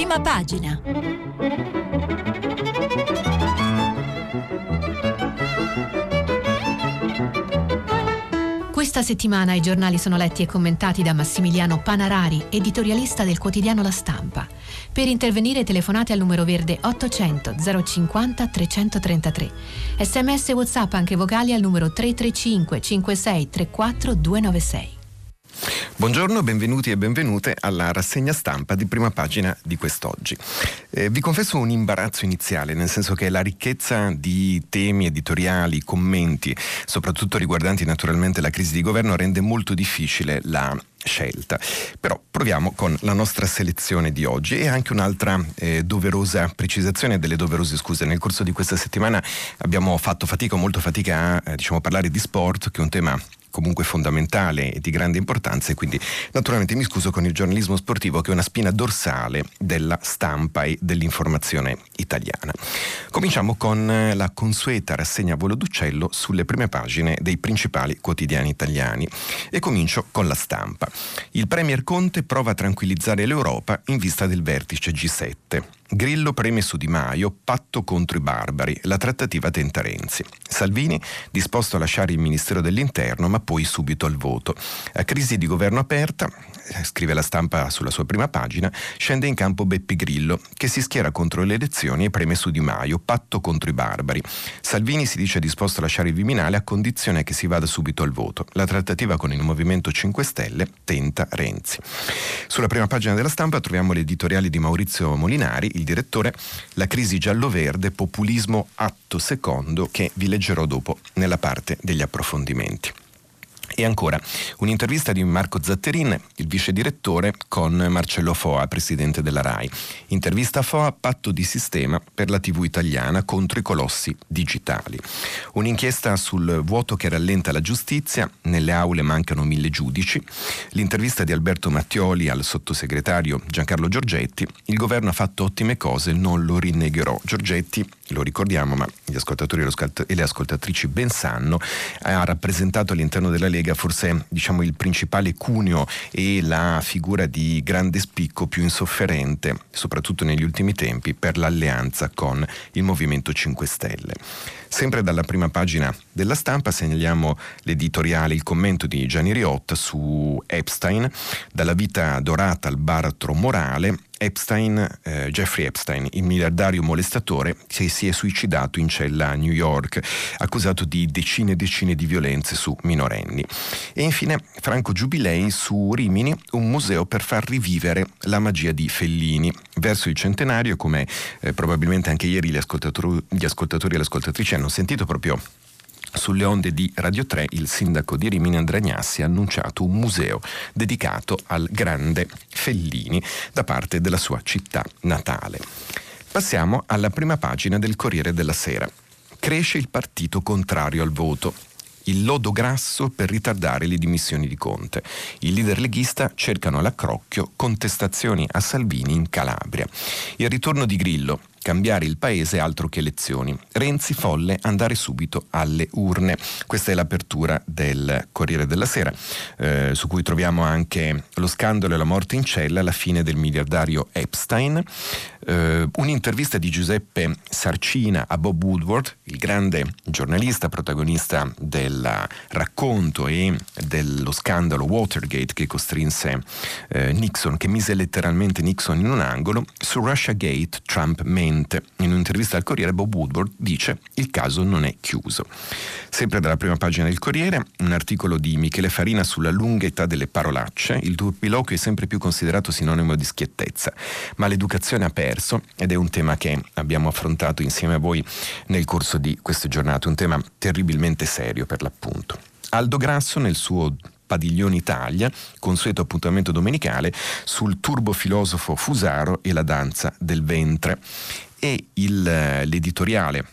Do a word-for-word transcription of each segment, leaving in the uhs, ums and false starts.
Prima pagina. Questa settimana i giornali sono letti e commentati da Massimiliano Panarari, editorialista del quotidiano La Stampa. Per intervenire telefonate al numero verde ottocento zero cinquanta trecentotrentatré. Sms e WhatsApp anche vocali al numero tre tre cinque cinque sei tre quattro due nove sei. Buongiorno, benvenuti e benvenute alla rassegna stampa di Prima Pagina di quest'oggi. Eh, vi confesso un imbarazzo iniziale, nel senso che la ricchezza di temi editoriali, commenti, soprattutto riguardanti naturalmente la crisi di governo, rende molto difficile la scelta. Però proviamo con la nostra selezione di oggi e anche un'altra eh, doverosa precisazione, delle doverose scuse. Nel corso di questa settimana abbiamo fatto fatica, molto fatica a eh, diciamo, parlare di sport, che è un tema comunque fondamentale e di grande importanza, e quindi naturalmente mi scuso con il giornalismo sportivo, che è una spina dorsale della stampa e dell'informazione italiana. Cominciamo con la consueta rassegna a volo d'uccello sulle prime pagine dei principali quotidiani italiani e comincio con La Stampa. Il premier Conte prova a tranquillizzare l'Europa in vista del vertice G sette. Grillo preme su Di Maio, patto contro i barbari, la trattativa tenta Renzi. Salvini disposto a lasciare il Ministero dell'Interno, ma poi subito al voto. A crisi di governo aperta, scrive La Stampa sulla sua prima pagina, scende in campo Beppe Grillo, che si schiera contro le elezioni e preme su Di Maio, patto contro i barbari. Salvini si dice disposto a lasciare il Viminale a condizione che si vada subito al voto. La trattativa con il Movimento cinque Stelle tenta Renzi. Sulla prima pagina della Stampa troviamo l'editoriale di Maurizio Molinari, il direttore, La crisi giallo-verde, populismo atto secondo, che vi leggerò dopo nella parte degli approfondimenti. E ancora un'intervista di Marco Zatterin, il vice direttore, con Marcello Foa, presidente della RAI. Intervista a Foa, patto di sistema per la tivù italiana contro i colossi digitali. Un'inchiesta sul vuoto che rallenta la giustizia, nelle aule mancano mille giudici. L'intervista di Alberto Mattioli al sottosegretario Giancarlo Giorgetti, il governo ha fatto ottime cose, non lo rinnegherò. Giorgetti, lo ricordiamo, ma gli ascoltatori e le ascoltatrici ben sanno, ha rappresentato all'interno della Lega forse diciamo il principale cuneo e la figura di grande spicco più insofferente, soprattutto negli ultimi tempi, per l'alleanza con il Movimento cinque Stelle. Sempre dalla prima pagina della Stampa segnaliamo l'editoriale, il commento di Gianni Riotta su Epstein, dalla vita dorata al baratro morale. Epstein, eh, Jeffrey Epstein, il miliardario molestatore che si è suicidato in cella a New York, accusato di decine e decine di violenze su minorenni. E infine Franco Giubilei su Rimini, un museo per far rivivere la magia di Fellini. Verso il centenario, come eh, probabilmente anche ieri gli ascoltatori, gli ascoltatori e le ascoltatrici hanno sentito proprio sulle onde di Radio tre, il sindaco di Rimini Andrea Gnassi ha annunciato un museo dedicato al grande Fellini da parte della sua città natale. Passiamo alla prima pagina del Corriere della Sera. Cresce il partito contrario al voto. Il lodo grasso per ritardare le dimissioni di Conte. Il leader leghista cercano all'accrocchio contestazioni a Salvini in Calabria. Il ritorno di Grillo. Cambiare il paese altro che elezioni. Renzi folle, andare subito alle urne. Questa è l'apertura del Corriere della Sera, eh, su cui troviamo anche lo scandalo e la morte in cella, la fine del miliardario Epstein. Eh, un'intervista di Giuseppe Sarcina a Bob Woodward, il grande giornalista protagonista del racconto e dello scandalo Watergate che costrinse eh, Nixon, che mise letteralmente Nixon in un angolo. Su Russiagate Trump mente. In un'intervista al Corriere Bob Woodward dice: il caso non è chiuso. Sempre dalla prima pagina del Corriere un articolo di Michele Farina sulla lunga età delle parolacce. Il turpiloquio è sempre più considerato sinonimo di schiettezza, ma l'educazione ha perso, ed è un tema che abbiamo affrontato insieme a voi nel corso di queste giornate, un tema terribilmente serio per l'appunto. Aldo Grasso nel suo Padiglione Italia, consueto appuntamento domenicale sul turbofilosofo Fusaro e la danza del ventre, e il, l'editoriale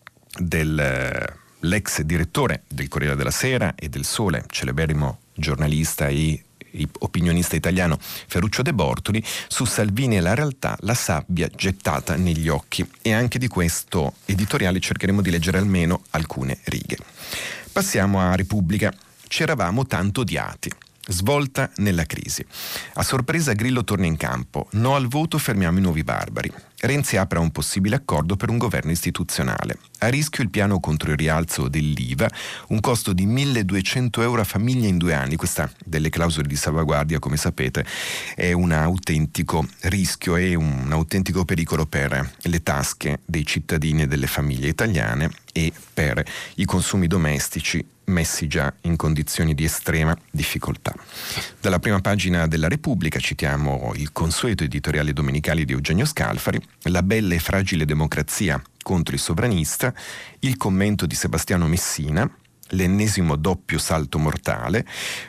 dell'ex direttore del Corriere della Sera e del Sole, celeberrimo giornalista e opinionista italiano Ferruccio De Bortoli, su Salvini e la realtà, la sabbia gettata negli occhi, e anche di questo editoriale cercheremo di leggere almeno alcune righe. Passiamo a Repubblica. Ci eravamo tanto odiati. Svolta nella crisi. A sorpresa Grillo torna in campo. No al voto, fermiamo i nuovi barbari. Renzi apre a un possibile accordo per un governo istituzionale. A rischio il piano contro il rialzo dell'I V A, un costo di milleduecento euro a famiglia in due anni. Questa delle clausole di salvaguardia, come sapete, è un autentico rischio e un autentico pericolo per le tasche dei cittadini e delle famiglie italiane e per i consumi domestici messi già in condizioni di estrema difficoltà. Dalla prima pagina della Repubblica citiamo il consueto editoriale domenicale di Eugenio Scalfari, La bella e fragile democrazia contro il sovranista, il commento di Sebastiano Messina, l'ennesimo doppio salto mortale,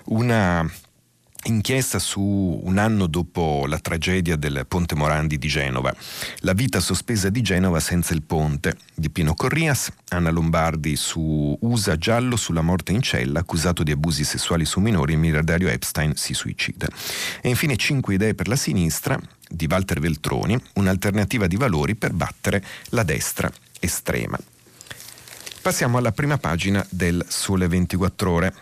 una inchiesta su un anno dopo la tragedia del Ponte Morandi di Genova, la vita sospesa di Genova senza il ponte, di Pino Corrias, Anna Lombardi su U S A giallo sulla morte in cella, accusato di abusi sessuali su minori, il miliardario Epstein si suicida. E infine Cinque idee per la sinistra di Walter Veltroni, un'alternativa di valori per battere la destra estrema. Passiamo alla prima pagina del Sole ventiquattro Ore,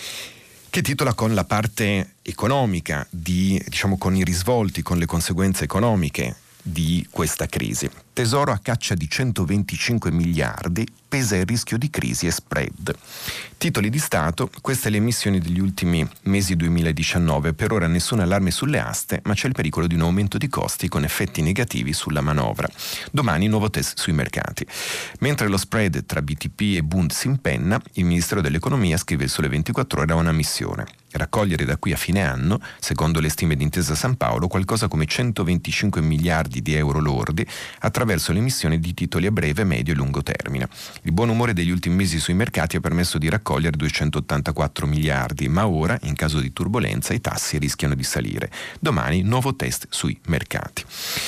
che titola con la parte economica, di, diciamo con i risvolti, con le conseguenze economiche di questa crisi. Tesoro a caccia di centoventicinque miliardi, pesa il rischio di crisi e spread. Titoli di Stato, queste le emissioni degli ultimi mesi duemiladiciannove, per ora nessun allarme sulle aste, ma c'è il pericolo di un aumento di costi con effetti negativi sulla manovra. Domani nuovo test sui mercati. Mentre lo spread tra B T P e Bund si impenna, il Ministero dell'Economia, scrive il Sole ventiquattro Ore, ha una missione: raccogliere da qui a fine anno, secondo le stime di Intesa San Paolo, qualcosa come centoventicinque miliardi di euro lordi attraverso l'emissione di titoli a breve, medio e lungo termine. Il buon umore degli ultimi mesi sui mercati ha permesso di raccogliere duecentottantaquattro miliardi, ma ora, in caso di turbolenza, i tassi rischiano di salire. Domani nuovo test sui mercati.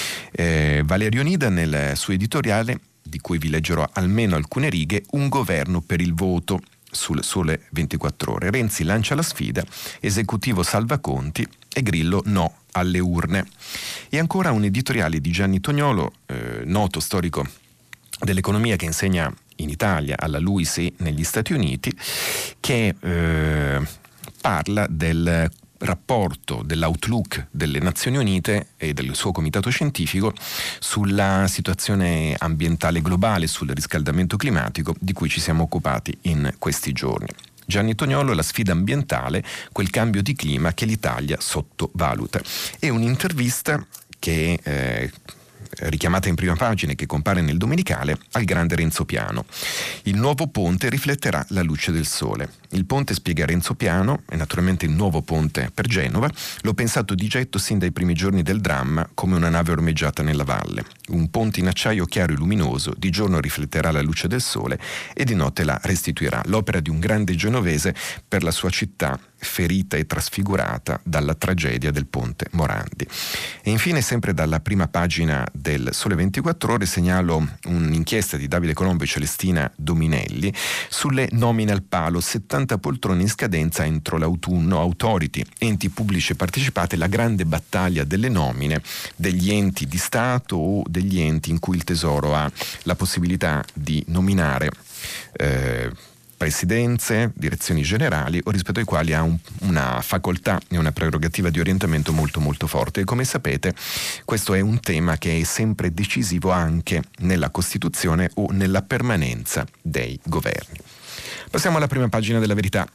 Eh, Valerio Nida, nel suo editoriale, di cui vi leggerò almeno alcune righe, un governo per il voto, sul Sole ventiquattro Ore. Renzi lancia la sfida, esecutivo salva conti e Grillo no alle urne. E ancora un editoriale di Gianni Toniolo, eh, noto storico dell'economia che insegna in Italia alla LUISS e negli Stati Uniti, che eh, parla del rapporto dell'Outlook delle Nazioni Unite e del suo comitato scientifico sulla situazione ambientale globale, sul riscaldamento climatico di cui ci siamo occupati in questi giorni. Gianni Toniolo, la sfida ambientale, quel cambio di clima che l'Italia sottovaluta. E un'intervista che eh, richiamata in prima pagina e che compare nel Domenicale, al grande Renzo Piano. Il nuovo ponte rifletterà la luce del sole. Il ponte, spiega Renzo Piano, è naturalmente il nuovo ponte per Genova, l'ho pensato di getto sin dai primi giorni del dramma come una nave ormeggiata nella valle. Un ponte in acciaio chiaro e luminoso, di giorno rifletterà la luce del sole e di notte la restituirà. L'opera di un grande genovese per la sua città ferita e trasfigurata dalla tragedia del Ponte Morandi. E infine, sempre dalla prima pagina del Sole ventiquattro Ore, segnalo un'inchiesta di Davide Colombo e Celestina Dominelli sulle nomine al palo, settanta poltrone in scadenza entro l'autunno, authority, enti pubblici partecipati, la grande battaglia delle nomine degli enti di Stato o degli enti in cui il Tesoro ha la possibilità di nominare eh, presidenze, direzioni generali o rispetto ai quali ha un, una facoltà e una prerogativa di orientamento molto molto forte. E come sapete questo è un tema che è sempre decisivo anche nella Costituzione o nella permanenza dei governi. Passiamo alla prima pagina della Verità.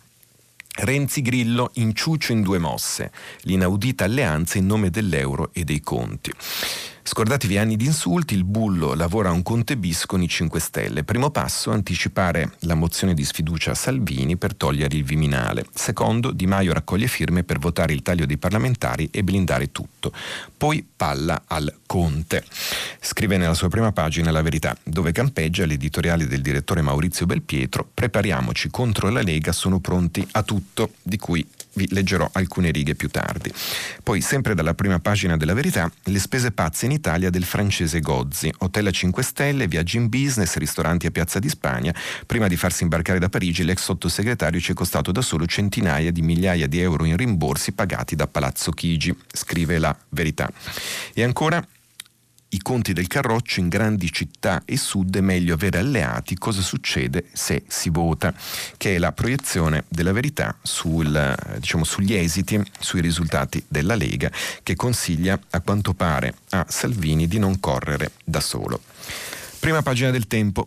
Renzi Grillo, inciuccio in due mosse, l'inaudita alleanza in nome dell'euro e dei conti. Scordatevi anni di insulti, il bullo lavora a un Conte bis con i cinque Stelle. Primo passo, anticipare la mozione di sfiducia a Salvini per togliere il Viminale. Secondo, Di Maio raccoglie firme per votare il taglio dei parlamentari e blindare tutto. Poi palla al Conte. Scrive nella sua prima pagina La Verità, dove campeggia l'editoriale del direttore Maurizio Belpietro: prepariamoci contro la Lega, sono pronti a tutto, di cui vi leggerò alcune righe più tardi. Poi, sempre dalla prima pagina della Verità, le spese pazze in Italia del francese Gozzi, hotel a cinque stelle, viaggi in business, ristoranti a Piazza di Spagna. Prima di farsi imbarcare da Parigi, l'ex sottosegretario ci è costato da solo centinaia di migliaia di euro in rimborsi pagati da Palazzo Chigi, scrive La Verità. E ancora, i conti del Carroccio in grandi città e sud è meglio avere alleati, cosa succede se si vota, che è la proiezione della Verità sul, diciamo, sugli esiti, sui risultati della Lega, che consiglia a quanto pare a Salvini di non correre da solo. Prima pagina del Tempo.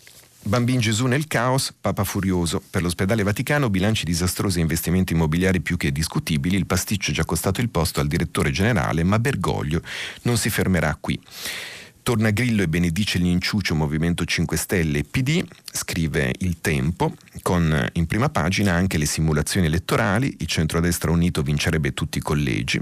Bambin Gesù nel caos, Papa furioso. Per l'ospedale Vaticano bilanci disastrosi e investimenti immobiliari più che discutibili, il pasticcio è già costato il posto al direttore generale, ma Bergoglio non si fermerà qui. Torna Grillo e benedice l'inciucio Movimento cinque Stelle e P D, scrive Il Tempo, con in prima pagina anche le simulazioni elettorali, il centrodestra unito vincerebbe tutti i collegi.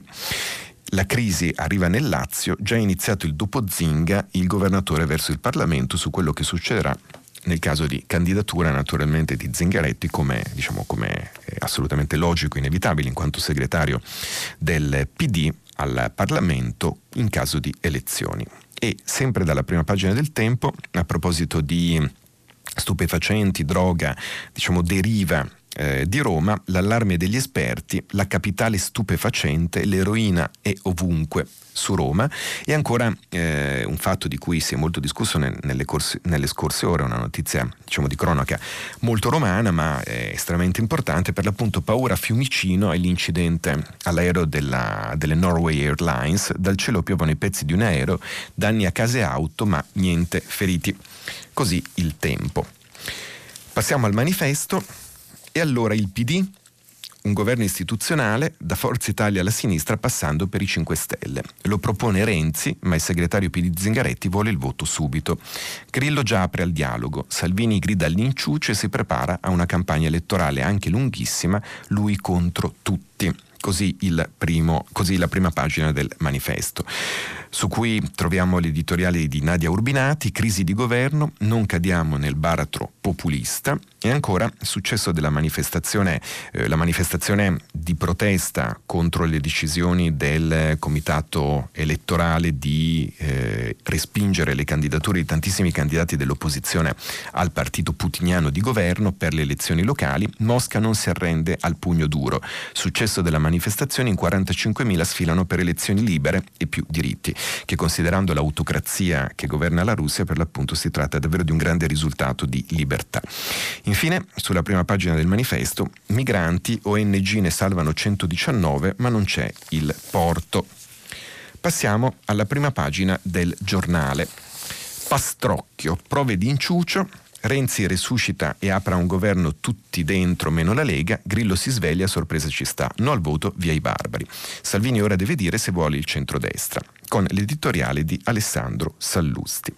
La crisi arriva nel Lazio, già è iniziato il dopo Zinga, il governatore verso il Parlamento su quello che succederà nel caso di candidatura naturalmente di Zingaretti, come diciamo come assolutamente logico, inevitabile, in quanto segretario del P D al Parlamento in caso di elezioni. E sempre dalla prima pagina del Tempo, a proposito di stupefacenti, droga, diciamo deriva eh, di Roma, l'allarme degli esperti, la capitale stupefacente, l'eroina è ovunque su Roma. E ancora eh, un fatto di cui si è molto discusso nel, nelle, corse, nelle scorse ore, una notizia diciamo di cronaca molto romana ma eh, estremamente importante, per l'appunto paura a Fiumicino e l'incidente all'aereo della, delle Norway Airlines, dal cielo piovono i pezzi di un aereo, danni a case e auto ma niente feriti. Così Il Tempo. Passiamo al Manifesto. E allora il P D? Un governo istituzionale, da Forza Italia alla sinistra passando per i cinque Stelle. Lo propone Renzi, ma il segretario P D Zingaretti vuole il voto subito. Grillo già apre al dialogo, Salvini grida all'inciucio e si prepara a una campagna elettorale anche lunghissima, lui contro tutti. Così, il primo, così la prima pagina del Manifesto, su cui troviamo l'editoriale di Nadia Urbinati, crisi di governo, non cadiamo nel baratro populista. E ancora successo della manifestazione, eh, la manifestazione di protesta contro le decisioni del comitato elettorale di eh, respingere le candidature di tantissimi candidati dell'opposizione al partito putiniano di governo per le elezioni locali. Mosca non si arrende al pugno duro. Successo della manifestazione, in quarantacinquemila sfilano per elezioni libere e più diritti, che considerando l'autocrazia che governa la Russia, per l'appunto si tratta davvero di un grande risultato di libertà. Infine, sulla prima pagina del Manifesto, migranti, O N G ne salvano centodiciannove, ma non c'è il porto. Passiamo alla prima pagina del Giornale. Pastrocchio, prove di inciucio, Renzi resuscita e apre un governo tutti dentro meno la Lega, Grillo si sveglia, sorpresa ci sta, no al voto, via i barbari. Salvini ora deve dire se vuole il centrodestra, con l'editoriale di Alessandro Sallusti.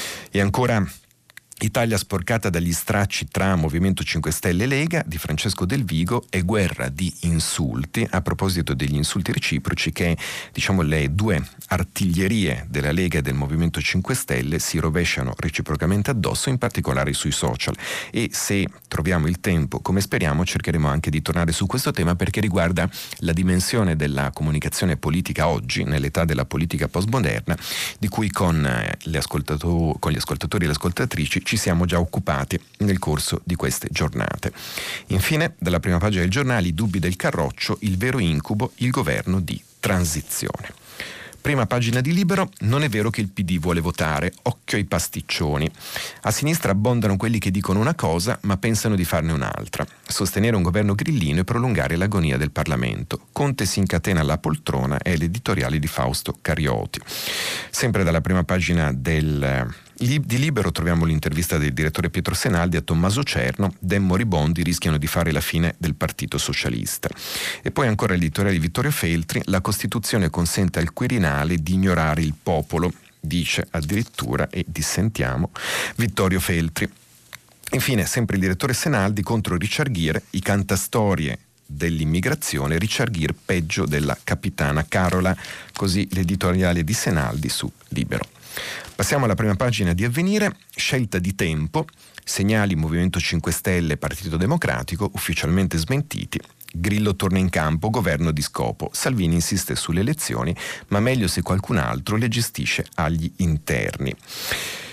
E ancora Italia sporcata dagli stracci tra Movimento cinque Stelle e Lega di Francesco Del Vigo e guerra di insulti, a proposito degli insulti reciproci che diciamo le due artiglierie della Lega e del Movimento cinque Stelle si rovesciano reciprocamente addosso, in particolare sui social. E se troviamo il tempo, come speriamo, cercheremo anche di tornare su questo tema, perché riguarda la dimensione della comunicazione politica oggi, nell'età della politica postmoderna, di cui con, eh, le ascoltato- con gli ascoltatori e le ascoltatrici ci siamo già occupati nel corso di queste giornate. Infine, dalla prima pagina del giornale, i dubbi del Carroccio, il vero incubo, il governo di transizione. Prima pagina di Libero, non è vero che il P D vuole votare, occhio ai pasticcioni. A sinistra abbondano quelli che dicono una cosa ma pensano di farne un'altra. Sostenere un governo grillino e prolungare l'agonia del Parlamento. Conte si incatena alla poltrona, è l'editoriale di Fausto Carioti. Sempre dalla prima pagina del di Libero troviamo l'intervista del direttore Pietro Senaldi a Tommaso Cerno, dem moribondi rischiano di fare la fine del Partito Socialista. E poi ancora l'editoriale di Vittorio Feltri, la Costituzione consente al Quirinale di ignorare il popolo, dice addirittura, e dissentiamo Vittorio Feltri. Infine, sempre il direttore Senaldi contro Richard Gere, i cantastorie dell'immigrazione, Richard Gere peggio della capitana Carola, così l'editoriale di Senaldi su Libero. Passiamo alla prima pagina di Avvenire, scelta di tempo, segnali Movimento cinque Stelle, Partito Democratico, ufficialmente smentiti, Grillo torna in campo, governo di scopo, Salvini insiste sulle elezioni, ma meglio se qualcun altro le gestisce agli interni.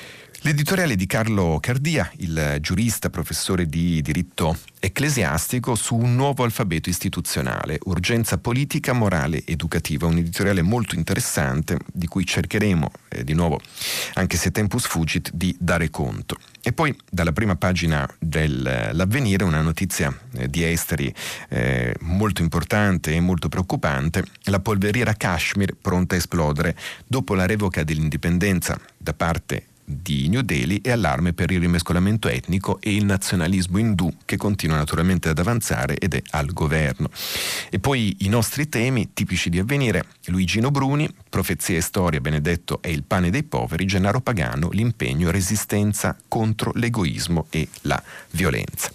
L'editoriale di Carlo Cardia, il giurista, professore di diritto ecclesiastico, su un nuovo alfabeto istituzionale, urgenza politica, morale, educativa. Un editoriale molto interessante di cui cercheremo eh, di nuovo, anche se tempus fugit, di dare conto. E poi dalla prima pagina dell'Avvenire una notizia eh, di esteri eh, molto importante e molto preoccupante: la polveriera Kashmir pronta a esplodere dopo la revoca dell'indipendenza da parte di New Delhi e allarme per il rimescolamento etnico e il nazionalismo indù che continua naturalmente ad avanzare ed è al governo. E poi i nostri temi tipici di Avvenire: Luigino Bruni, profezia e storia, Benedetto è il pane dei poveri, Gennaro Pagano, l'impegno, resistenza contro l'egoismo e la violenza.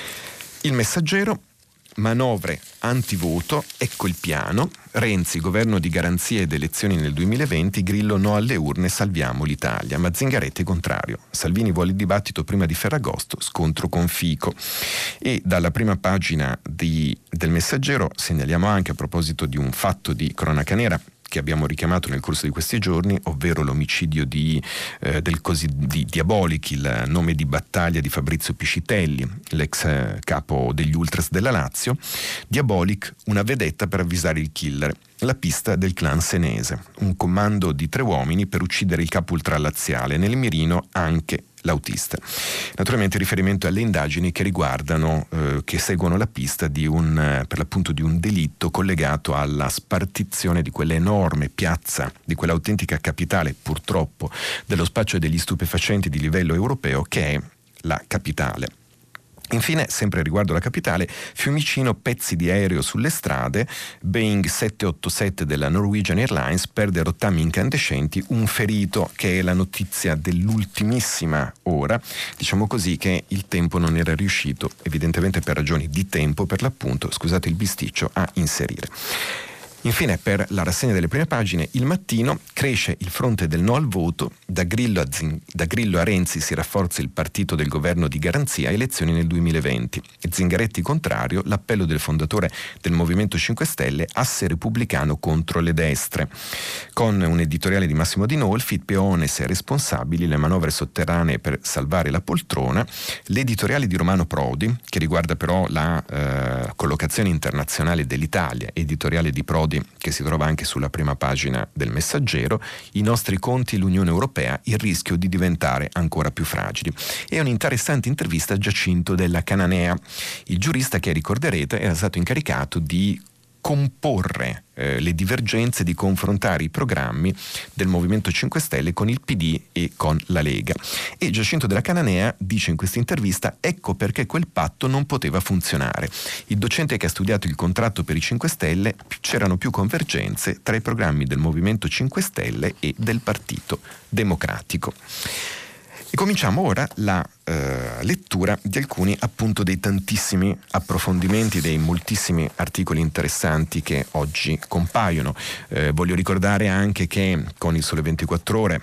Il Messaggero, manovre antivoto, ecco il piano. Renzi, governo di garanzie ed elezioni nel duemilaventi, Grillo no alle urne, salviamo l'Italia, ma Zingaretti contrario. Salvini vuole il dibattito prima di Ferragosto, scontro con Fico. E dalla prima pagina di, del Messaggero segnaliamo anche, a proposito di un fatto di cronaca nera che abbiamo richiamato nel corso di questi giorni, ovvero l'omicidio di, eh, del così di Diabolic, il nome di battaglia di Fabrizio Piscitelli, l'ex eh, capo degli Ultras della Lazio. Diabolic, una vedetta per avvisare il killer, la pista del clan senese, un comando di tre uomini per uccidere il capo ultralaziale, nel mirino anche l'autista. Naturalmente riferimento alle indagini che riguardano, eh, che seguono la pista di un, eh, per l'appunto di un delitto collegato alla spartizione di quell'enorme piazza, di quell'autentica capitale, purtroppo, dello spaccio degli stupefacenti di livello europeo, che è la Capitale. Infine, sempre riguardo la Capitale, Fiumicino, pezzi di aereo sulle strade, Boeing sette otto sette della Norwegian Airlines perde rottami incandescenti, un ferito, che è la notizia dell'ultimissima ora. Diciamo così che il tempo non era riuscito, evidentemente per ragioni di tempo per l'appunto, scusate il bisticcio, a inserire. Infine, per la rassegna delle prime pagine, Il Mattino, cresce il fronte del no al voto, da Grillo a, Zin- da Grillo a Renzi si rafforza il partito del governo di garanzia, elezioni nel duemilaventi. Zingaretti contrario, l'appello del fondatore del Movimento cinque Stelle, asse repubblicano contro le destre. Con un editoriale di Massimo Dinolfi, peones e responsabili, le manovre sotterranee per salvare la poltrona, l'editoriale di Romano Prodi, che riguarda però la eh, collocazione internazionale dell'Italia, editoriale di Prodi che si trova anche sulla prima pagina del Messaggero, i nostri conti e l'Unione Europea, il rischio di diventare ancora più fragili. E un'interessante intervista a Giacinto Della Cananea, il giurista che, ricorderete, era stato incaricato di comporre eh, le divergenze, di confrontare i programmi del Movimento cinque Stelle con il P D e con la Lega. E Giacinto Della Cananea dice in questa intervista: ecco perché quel patto non poteva funzionare. Il docente che ha studiato il contratto per i cinque Stelle, c'erano più convergenze tra i programmi del Movimento cinque Stelle e del Partito Democratico. E cominciamo ora la eh, lettura di alcuni, appunto, dei tantissimi approfondimenti, dei moltissimi articoli interessanti che oggi compaiono. Eh, voglio ricordare anche che con il Sole ventiquattro Ore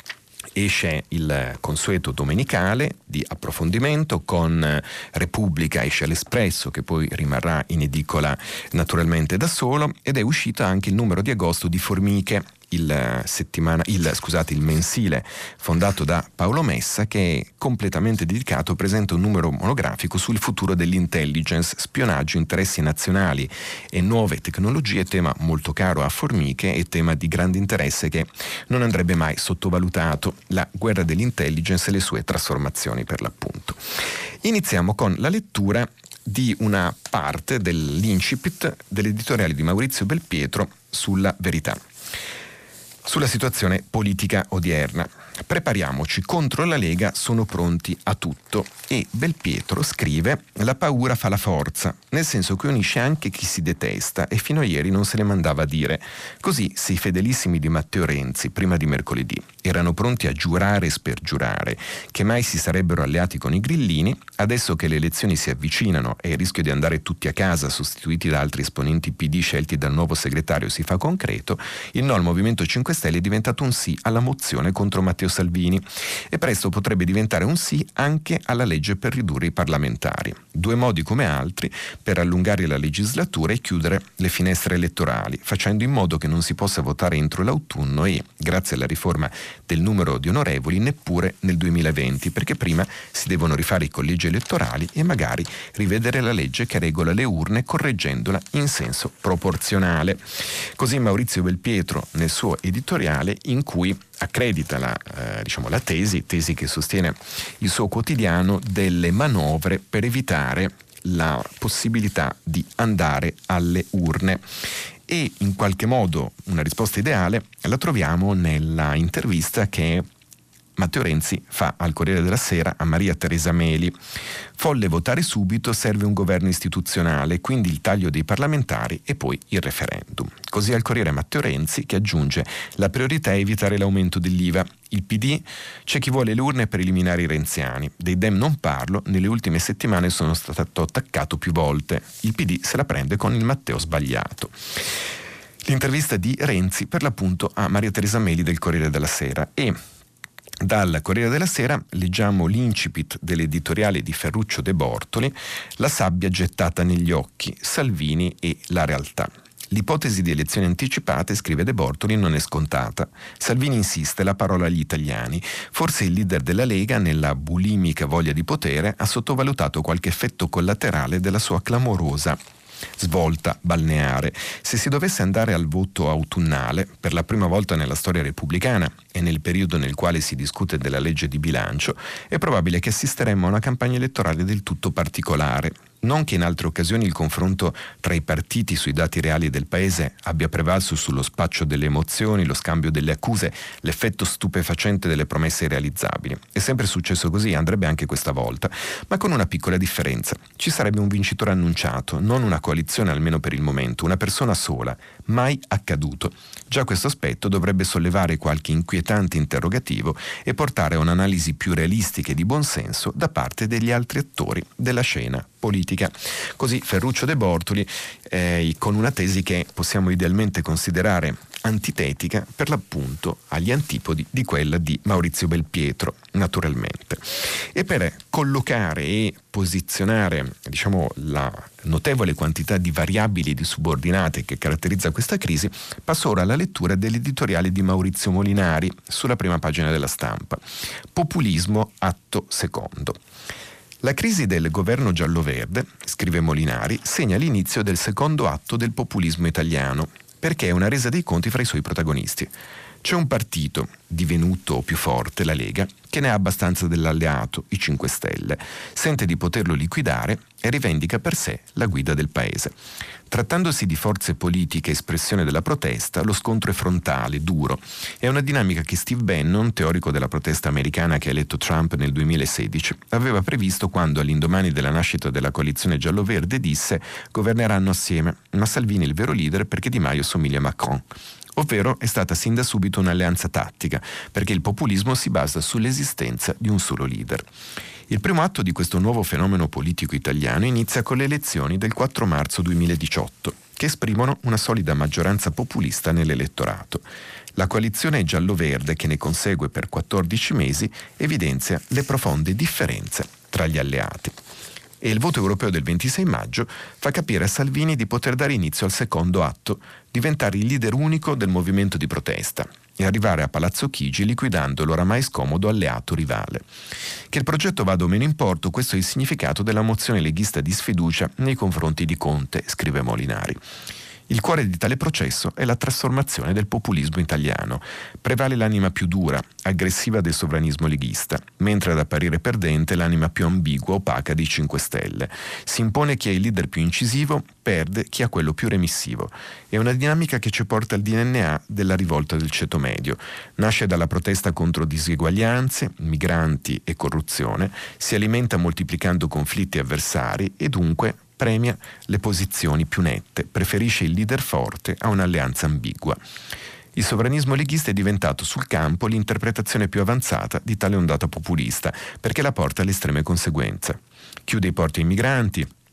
esce il consueto domenicale di approfondimento, con Repubblica esce l'Espresso, che poi rimarrà in edicola naturalmente da solo, ed è uscito anche il numero di agosto di Formiche, il, settimana, il, scusate, il mensile fondato da Paolo Messa, che è completamente dedicato, presenta un numero monografico sul futuro dell'intelligence, spionaggio, interessi nazionali e nuove tecnologie, tema molto caro a Formiche e tema di grande interesse che non andrebbe mai sottovalutato, la guerra dell'intelligence e le sue trasformazioni, per l'appunto. Iniziamo con la lettura di una parte dell'incipit dell'editoriale di Maurizio Belpietro sulla Verità. Sulla situazione politica odierna. Prepariamoci, contro la Lega sono pronti a tutto. E Belpietro scrive: la paura fa la forza, nel senso che unisce anche chi si detesta e fino a ieri non se ne mandava a dire. Così, se i fedelissimi di Matteo Renzi, prima di mercoledì, erano pronti a giurare e spergiurare che mai si sarebbero alleati con i grillini, adesso che le elezioni si avvicinano e il rischio di andare tutti a casa sostituiti da altri esponenti P D scelti dal nuovo segretario si fa concreto, il no al Movimento cinque cinque Stelle è diventato un sì alla mozione contro Matteo Salvini e presto potrebbe diventare un sì anche alla legge per ridurre i parlamentari. Due modi come altri per allungare la legislatura e chiudere le finestre elettorali, facendo in modo che non si possa votare entro l'autunno e, grazie alla riforma del numero di onorevoli, neppure nel duemilaventi, perché prima si devono rifare i collegi elettorali e magari rivedere la legge che regola le urne correggendola in senso proporzionale. Così Maurizio Belpietro nel suo editoriale, in cui accredita la, eh, diciamo, la tesi, tesi che sostiene il suo quotidiano, delle manovre per evitare la possibilità di andare alle urne. E in qualche modo una risposta ideale la troviamo nella intervista che Matteo Renzi fa al Corriere della Sera a Maria Teresa Meli. Folle votare subito, serve un governo istituzionale, quindi il taglio dei parlamentari e poi il referendum. Così al Corriere Matteo Renzi, che aggiunge: la priorità è evitare l'aumento dell'I V A. Il P D, c'è chi vuole le urne per eliminare i renziani. Dei Dem non parlo, nelle ultime settimane sono stato attaccato più volte. Il P D se la prende con il Matteo sbagliato. L'intervista di Renzi per l'appunto a Maria Teresa Meli del Corriere della Sera. E dal Corriere della Sera leggiamo l'incipit dell'editoriale di Ferruccio De Bortoli, la sabbia gettata negli occhi, Salvini e la realtà. L'ipotesi di elezioni anticipate, scrive De Bortoli, non è scontata. Salvini insiste, la parola agli italiani. Forse il leader della Lega, nella bulimica voglia di potere, ha sottovalutato qualche effetto collaterale della sua clamorosa svolta balneare. Se si dovesse andare al voto autunnale, per la prima volta nella storia repubblicana e nel periodo nel quale si discute della legge di bilancio, è probabile che assisteremmo a una campagna elettorale del tutto particolare. Non che in altre occasioni il confronto tra i partiti sui dati reali del paese abbia prevalso sullo spaccio delle emozioni, lo scambio delle accuse, l'effetto stupefacente delle promesse irrealizzabili. È sempre successo così, andrebbe anche questa volta, ma con una piccola differenza. Ci sarebbe un vincitore annunciato, non una coalizione almeno per il momento, una persona sola, mai accaduto. Già questo aspetto dovrebbe sollevare qualche inquietante interrogativo e portare a un'analisi più realistica e di buonsenso da parte degli altri attori della scena politica. Così Ferruccio De Bortoli, eh, con una tesi che possiamo idealmente considerare antitetica per l'appunto agli antipodi di quella di Maurizio Belpietro, naturalmente. E per collocare e posizionare, diciamo, la notevole quantità di variabili e di subordinate che caratterizza questa crisi, passo ora alla lettura dell'editoriale di Maurizio Molinari sulla prima pagina della Stampa. Populismo, atto secondo. La crisi del governo giallo-verde, scrive Molinari, segna l'inizio del secondo atto del populismo italiano, perché è una resa dei conti fra i suoi protagonisti. C'è un partito, divenuto più forte, la Lega, che ne ha abbastanza dell'alleato, i cinque Stelle, sente di poterlo liquidare e rivendica per sé la guida del paese. Trattandosi di forze politiche espressione della protesta, lo scontro è frontale, duro. È una dinamica che Steve Bannon, teorico della protesta americana che ha eletto Trump nel duemilasedici, aveva previsto quando all'indomani della nascita della coalizione giallo-verde disse: governeranno assieme, ma Salvini è il vero leader perché Di Maio somiglia a Macron. Ovvero è stata sin da subito un'alleanza tattica, perché il populismo si basa sull'esistenza di un solo leader. Il primo atto di questo nuovo fenomeno politico italiano inizia con le elezioni del quattro marzo duemiladiciotto, che esprimono una solida maggioranza populista nell'elettorato. La coalizione giallo-verde, che ne consegue per quattordici mesi, evidenzia le profonde differenze tra gli alleati. E il voto europeo del ventisei maggio fa capire a Salvini di poter dare inizio al secondo atto, diventare il leader unico del movimento di protesta e arrivare a Palazzo Chigi liquidando l'oramai scomodo alleato rivale. Che il progetto vada o meno in porto, questo è il significato della mozione leghista di sfiducia nei confronti di Conte, scrive Molinari. Il cuore di tale processo è la trasformazione del populismo italiano. Prevale l'anima più dura, aggressiva del sovranismo leghista, mentre ad apparire perdente l'anima più ambigua, opaca dei cinque Stelle. Si impone chi ha il leader più incisivo, perde chi ha quello più remissivo. È una dinamica che ci porta al D N A della rivolta del ceto medio. Nasce dalla protesta contro diseguaglianze, migranti e corruzione, si alimenta moltiplicando conflitti avversari e dunque premia le posizioni più nette, preferisce il leader forte a un'alleanza ambigua. Il sovranismo leghista è diventato sul campo l'interpretazione più avanzata di tale ondata populista, perché la porta alle estreme conseguenze. Chiude i porti ai migranti,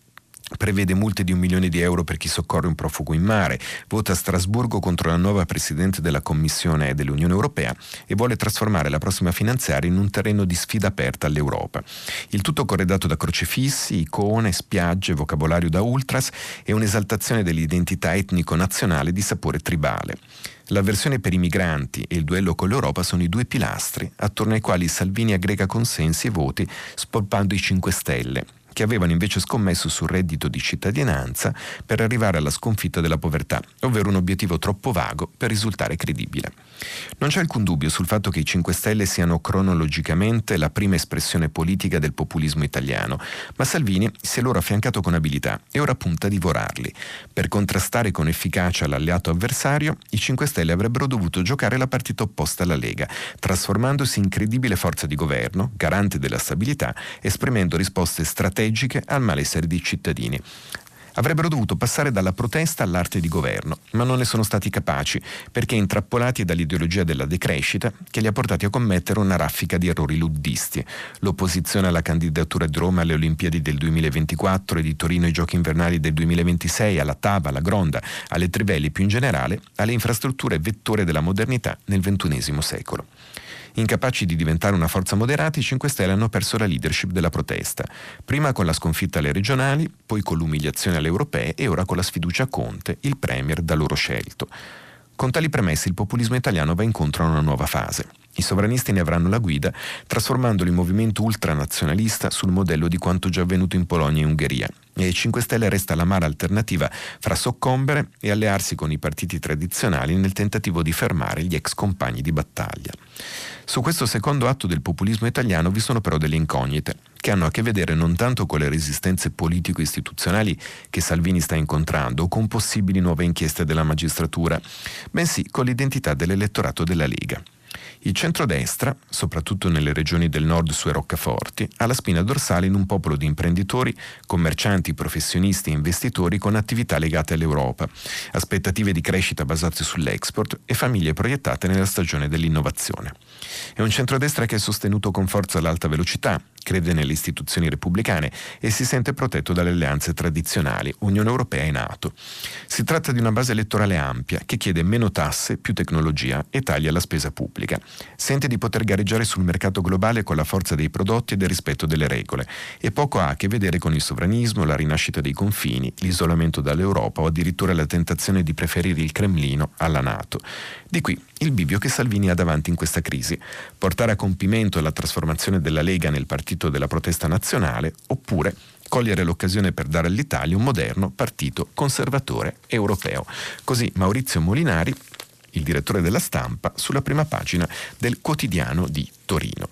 prevede multe di un milione di euro per chi soccorre un profugo in mare, vota a Strasburgo contro la nuova Presidente della Commissione dell'Unione Europea e vuole trasformare la prossima finanziaria in un terreno di sfida aperta all'Europa. Il tutto corredato da crocefissi, icone, spiagge, vocabolario da ultras e un'esaltazione dell'identità etnico-nazionale di sapore tribale. L'avversione per i migranti e il duello con l'Europa sono i due pilastri attorno ai quali Salvini aggrega consensi e voti spolpando i cinque Stelle, che avevano invece scommesso sul reddito di cittadinanza per arrivare alla sconfitta della povertà, ovvero un obiettivo troppo vago per risultare credibile. Non c'è alcun dubbio sul fatto che i cinque Stelle siano cronologicamente la prima espressione politica del populismo italiano, ma Salvini si è loro affiancato con abilità e ora punta a divorarli. Per contrastare con efficacia l'alleato avversario, i cinque Stelle avrebbero dovuto giocare la partita opposta alla Lega, trasformandosi in credibile forza di governo, garante della stabilità, esprimendo risposte strategiche al malessere dei cittadini. Avrebbero dovuto passare dalla protesta all'arte di governo, ma non ne sono stati capaci perché intrappolati dall'ideologia della decrescita che li ha portati a commettere una raffica di errori luddisti. L'opposizione alla candidatura di Roma alle Olimpiadi del duemilaventiquattro e di Torino ai Giochi Invernali del duemilaventisei, alla Tava, alla Gronda, alle trivelle e più in generale alle infrastrutture vettore della modernità nel ventunesimo secolo. Incapaci di diventare una forza moderata, i cinque Stelle hanno perso la leadership della protesta, prima con la sconfitta alle regionali, poi con l'umiliazione alle europee e ora con la sfiducia a Conte, il premier da loro scelto. Con tali premesse il populismo italiano va incontro a una nuova fase. I sovranisti ne avranno la guida, trasformandolo in movimento ultranazionalista sul modello di quanto già avvenuto in Polonia e Ungheria. E ai cinque Stelle resta l'amara alternativa fra soccombere e allearsi con i partiti tradizionali nel tentativo di fermare gli ex compagni di battaglia. Su questo secondo atto del populismo italiano vi sono però delle incognite, che hanno a che vedere non tanto con le resistenze politico-istituzionali che Salvini sta incontrando o con possibili nuove inchieste della magistratura, bensì con l'identità dell'elettorato della Lega. Il centrodestra, soprattutto nelle regioni del nord su roccaforti, ha la spina dorsale in un popolo di imprenditori, commercianti, professionisti e investitori con attività legate all'Europa, aspettative di crescita basate sull'export e famiglie proiettate nella stagione dell'innovazione. È un centrodestra che è sostenuto con forza l'alta velocità, crede nelle istituzioni repubblicane e si sente protetto dalle alleanze tradizionali, Unione Europea e NATO. Si tratta di una base elettorale ampia che chiede meno tasse, più tecnologia e taglia la spesa pubblica. Sente di poter gareggiare sul mercato globale con la forza dei prodotti e del rispetto delle regole e poco ha a che vedere con il sovranismo, la rinascita dei confini, l'isolamento dall'Europa o addirittura la tentazione di preferire il Cremlino alla NATO. Di qui il bivio che Salvini ha davanti in questa crisi: portare a compimento la trasformazione della Lega nel partito della protesta nazionale oppure cogliere l'occasione per dare all'Italia un moderno partito conservatore europeo. Così Maurizio Molinari, il direttore della Stampa, sulla prima pagina del Quotidiano di Torino.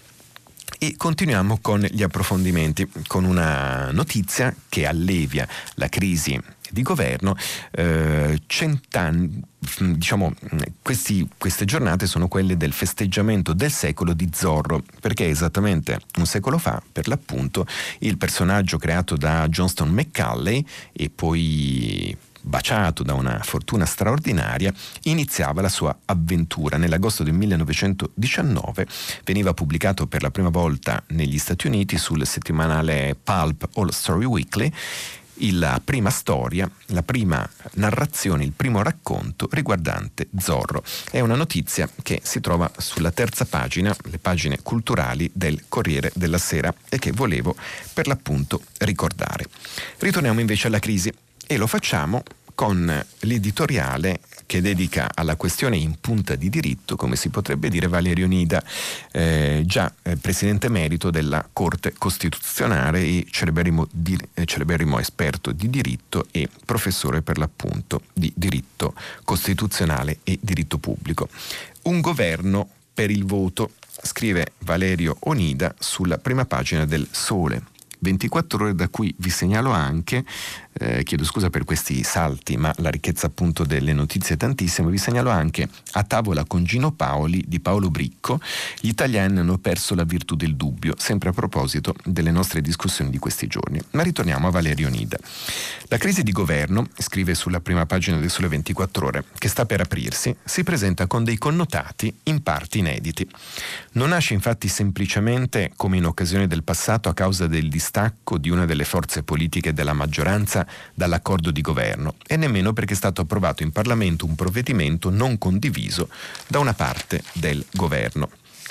E continuiamo con gli approfondimenti, con una notizia che allevia la crisi di governo. eh, cent'anni, diciamo, questi, queste giornate sono quelle del festeggiamento del secolo di Zorro, perché esattamente un secolo fa, per l'appunto, il personaggio creato da Johnston McCulley e poi baciato da una fortuna straordinaria, iniziava la sua avventura. Nell'agosto del millenovecentodiciannove veniva pubblicato per la prima volta negli Stati Uniti sul settimanale Pulp All Story Weekly la prima storia, la prima narrazione, il primo racconto riguardante Zorro. È una notizia che si trova sulla terza pagina, le pagine culturali del Corriere della Sera, e che volevo per l'appunto ricordare. Ritorniamo invece alla crisi e lo facciamo con l'editoriale che dedica alla questione in punta di diritto, come si potrebbe dire, Valerio Nida, eh, già eh, presidente emerito della Corte Costituzionale e celeberrimo, di, eh, celeberrimo esperto di diritto e professore per l'appunto di diritto costituzionale e diritto pubblico. Un governo per il voto, scrive Valerio Onida sulla prima pagina del Sole ventiquattro Ore, da cui vi segnalo anche eh, chiedo scusa per questi salti, ma la ricchezza appunto delle notizie è tantissima. Vi segnalo anche A tavola con Gino Paoli di Paolo Bricco, gli italiani hanno perso la virtù del dubbio, sempre a proposito delle nostre discussioni di questi giorni. Ma ritorniamo a Valerio Onida. La crisi di governo, scrive sulla prima pagina del Sole ventiquattro Ore, che sta per aprirsi, si presenta con dei connotati in parte inediti. Non nasce infatti semplicemente, come in occasione del passato, a causa del distacco di una delle forze politiche della maggioranza dall'accordo di governo, e nemmeno perché è stato approvato in Parlamento un provvedimento non condiviso da una parte del governo.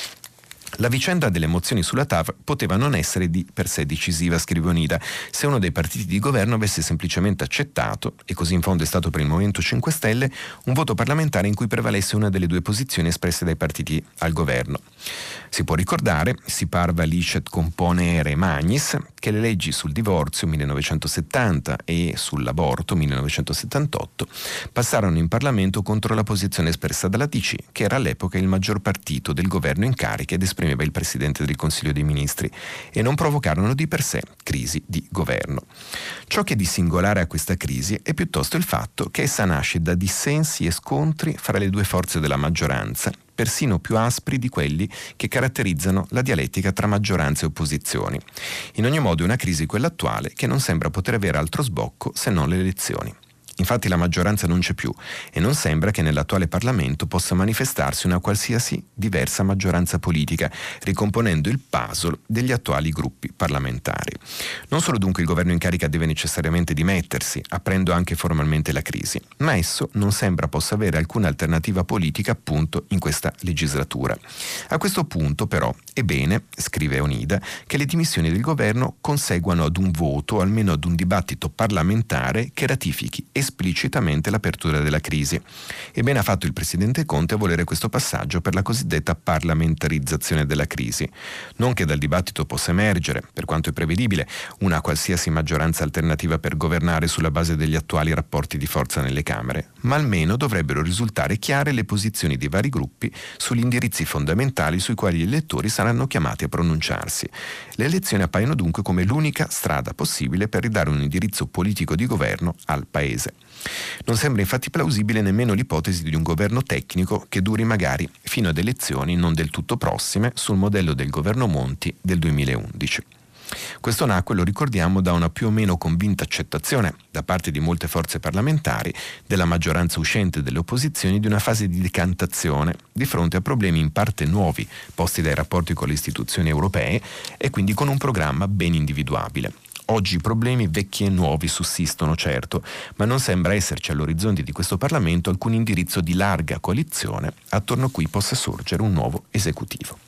La vicenda delle mozioni sulla T A V poteva non essere di per sé decisiva, scrive Onida, se uno dei partiti di governo avesse semplicemente accettato, e così in fondo è stato per il Movimento cinque Stelle, un voto parlamentare in cui prevalesse una delle due posizioni espresse dai partiti al governo. Si può ricordare, si parva licet componere magnis, che le leggi sul divorzio millenovecentosettanta e sull'aborto millenovecentosettantotto passarono in Parlamento contro la posizione espressa dalla D C, che era all'epoca il maggior partito del governo in carica ed esprimeva il Presidente del Consiglio dei Ministri, e non provocarono di per sé crisi di governo. Ciò che è di singolare a questa crisi è piuttosto il fatto che essa nasce da dissensi e scontri fra le due forze della maggioranza, persino più aspri di quelli che caratterizzano la dialettica tra maggioranza e opposizioni. In ogni modo è una crisi, quella attuale, che non sembra poter avere altro sbocco se non le elezioni. Infatti la maggioranza non c'è più e non sembra che nell'attuale Parlamento possa manifestarsi una qualsiasi diversa maggioranza politica, ricomponendo il puzzle degli attuali gruppi parlamentari. Non solo dunque il governo in carica deve necessariamente dimettersi, aprendo anche formalmente la crisi, ma esso non sembra possa avere alcuna alternativa politica appunto in questa legislatura. A questo punto però è bene, scrive Onida, che le dimissioni del governo conseguano ad un voto o almeno ad un dibattito parlamentare che ratifichi esplicitamente l'apertura della crisi. E bene ha fatto il Presidente Conte a volere questo passaggio per la cosiddetta parlamentarizzazione della crisi. Non che dal dibattito possa emergere, per quanto è prevedibile, una qualsiasi maggioranza alternativa per governare sulla base degli attuali rapporti di forza nelle Camere, ma almeno dovrebbero risultare chiare le posizioni dei vari gruppi sugli indirizzi fondamentali sui quali gli elettori saranno chiamati a pronunciarsi. Le elezioni appaiono dunque come l'unica strada possibile per ridare un indirizzo politico di governo al Paese. Non sembra infatti plausibile nemmeno l'ipotesi di un governo tecnico che duri magari fino ad elezioni non del tutto prossime, sul modello del governo Monti del duemilaundici. Questo nacque, lo ricordiamo, da una più o meno convinta accettazione da parte di molte forze parlamentari, della maggioranza uscente e delle opposizioni, di una fase di decantazione di fronte a problemi in parte nuovi posti dai rapporti con le istituzioni europee e quindi con un programma ben individuabile. Oggi i problemi vecchi e nuovi sussistono, certo, ma non sembra esserci all'orizzonte di questo Parlamento alcun indirizzo di larga coalizione attorno a cui possa sorgere un nuovo esecutivo.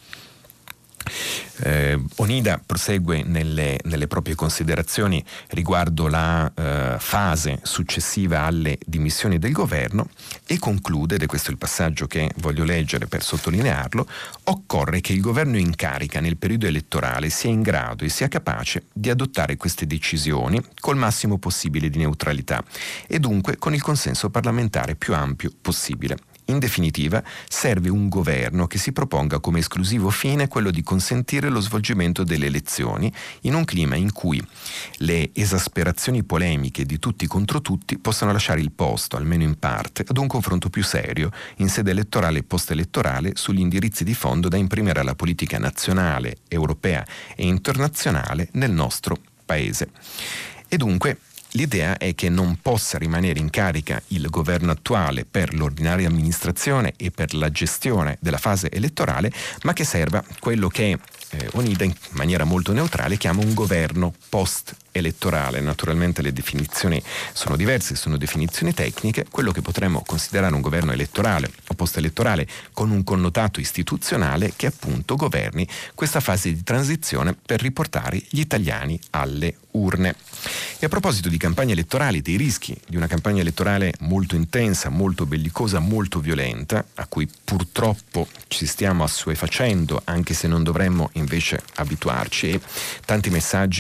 Eh, Onida prosegue nelle, nelle proprie considerazioni riguardo la eh, fase successiva alle dimissioni del governo e conclude, ed è questo il passaggio che voglio leggere per sottolinearlo: occorre che il governo in carica nel periodo elettorale sia in grado e sia capace di adottare queste decisioni col massimo possibile di neutralità e dunque con il consenso parlamentare più ampio possibile. In definitiva, serve un governo che si proponga come esclusivo fine quello di consentire lo svolgimento delle elezioni in un clima in cui le esasperazioni polemiche di tutti contro tutti possano lasciare il posto, almeno in parte, ad un confronto più serio in sede elettorale e post-elettorale sugli indirizzi di fondo da imprimere alla politica nazionale, europea e internazionale nel nostro Paese. E dunque l'idea è che non possa rimanere in carica il governo attuale per l'ordinaria amministrazione e per la gestione della fase elettorale, ma che serva quello che eh, Onida in maniera molto neutrale chiama un governo post-elettorale. Naturalmente le definizioni sono diverse, sono definizioni tecniche. Quello che potremmo considerare un governo elettorale o post-elettorale con un connotato istituzionale che appunto governi questa fase di transizione per riportare gli italiani alle urne. E a proposito di campagne elettorali, dei rischi di una campagna elettorale molto intensa, molto bellicosa, molto violenta, a cui purtroppo ci stiamo assuefacendo, anche se non dovremmo invece abituarci, e tanti messaggi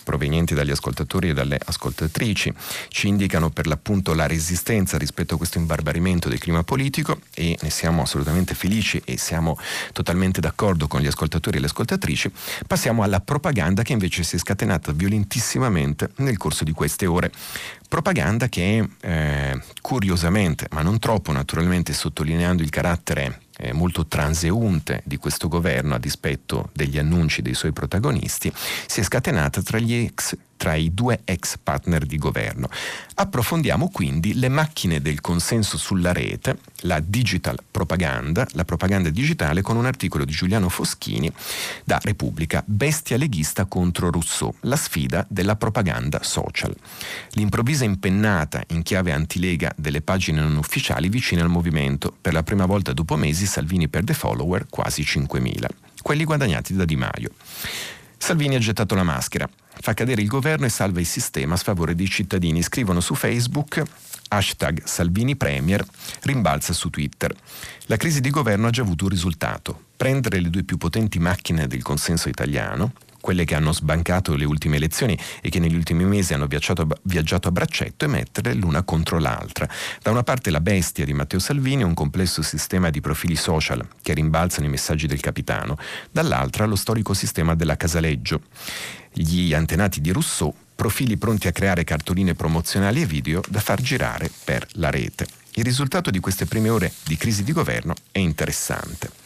provenienti dagli ascoltatori e dalle ascoltatrici ci indicano per l'appunto la resistenza rispetto a questo imbarbarimento del clima politico, e ne siamo assolutamente felici e siamo totalmente d'accordo con gli ascoltatori e le ascoltatrici. Passiamo alla propaganda, che invece si è scatenata violentissimamente nel corso di queste ore. Propaganda che eh, curiosamente, ma non troppo naturalmente, sottolineando il carattere eh, molto transeunte di questo governo a dispetto degli annunci dei suoi protagonisti, si è scatenata tra gli ex tra i due ex partner di governo. Approfondiamo quindi le macchine del consenso sulla rete, la digital propaganda, la propaganda digitale, con un articolo di Giuliano Foschini da Repubblica: bestia leghista contro Rousseau, la sfida della propaganda social. L'improvvisa impennata in chiave antilega delle pagine non ufficiali vicine al movimento. Per la prima volta dopo mesi Salvini perde follower, quasi cinquemila, quelli guadagnati da Di Maio. Salvini ha gettato la maschera, fa cadere il governo e salva il sistema a sfavore dei cittadini. Scrivono su Facebook, hashtag Salvini Premier, rimbalza su Twitter. La crisi di governo ha già avuto un risultato: prendere le due più potenti macchine del consenso italiano, quelle che hanno sbancato le ultime elezioni e che negli ultimi mesi hanno viaggiato, viaggiato a braccetto, e metterle l'una contro l'altra. Da una parte la bestia di Matteo Salvini, un complesso sistema di profili social che rimbalzano i messaggi del capitano, dall'altra lo storico sistema della Casaleggio, gli antenati di Rousseau, profili pronti a creare cartoline promozionali e video da far girare per la rete. Il risultato di queste prime ore di crisi di governo è interessante.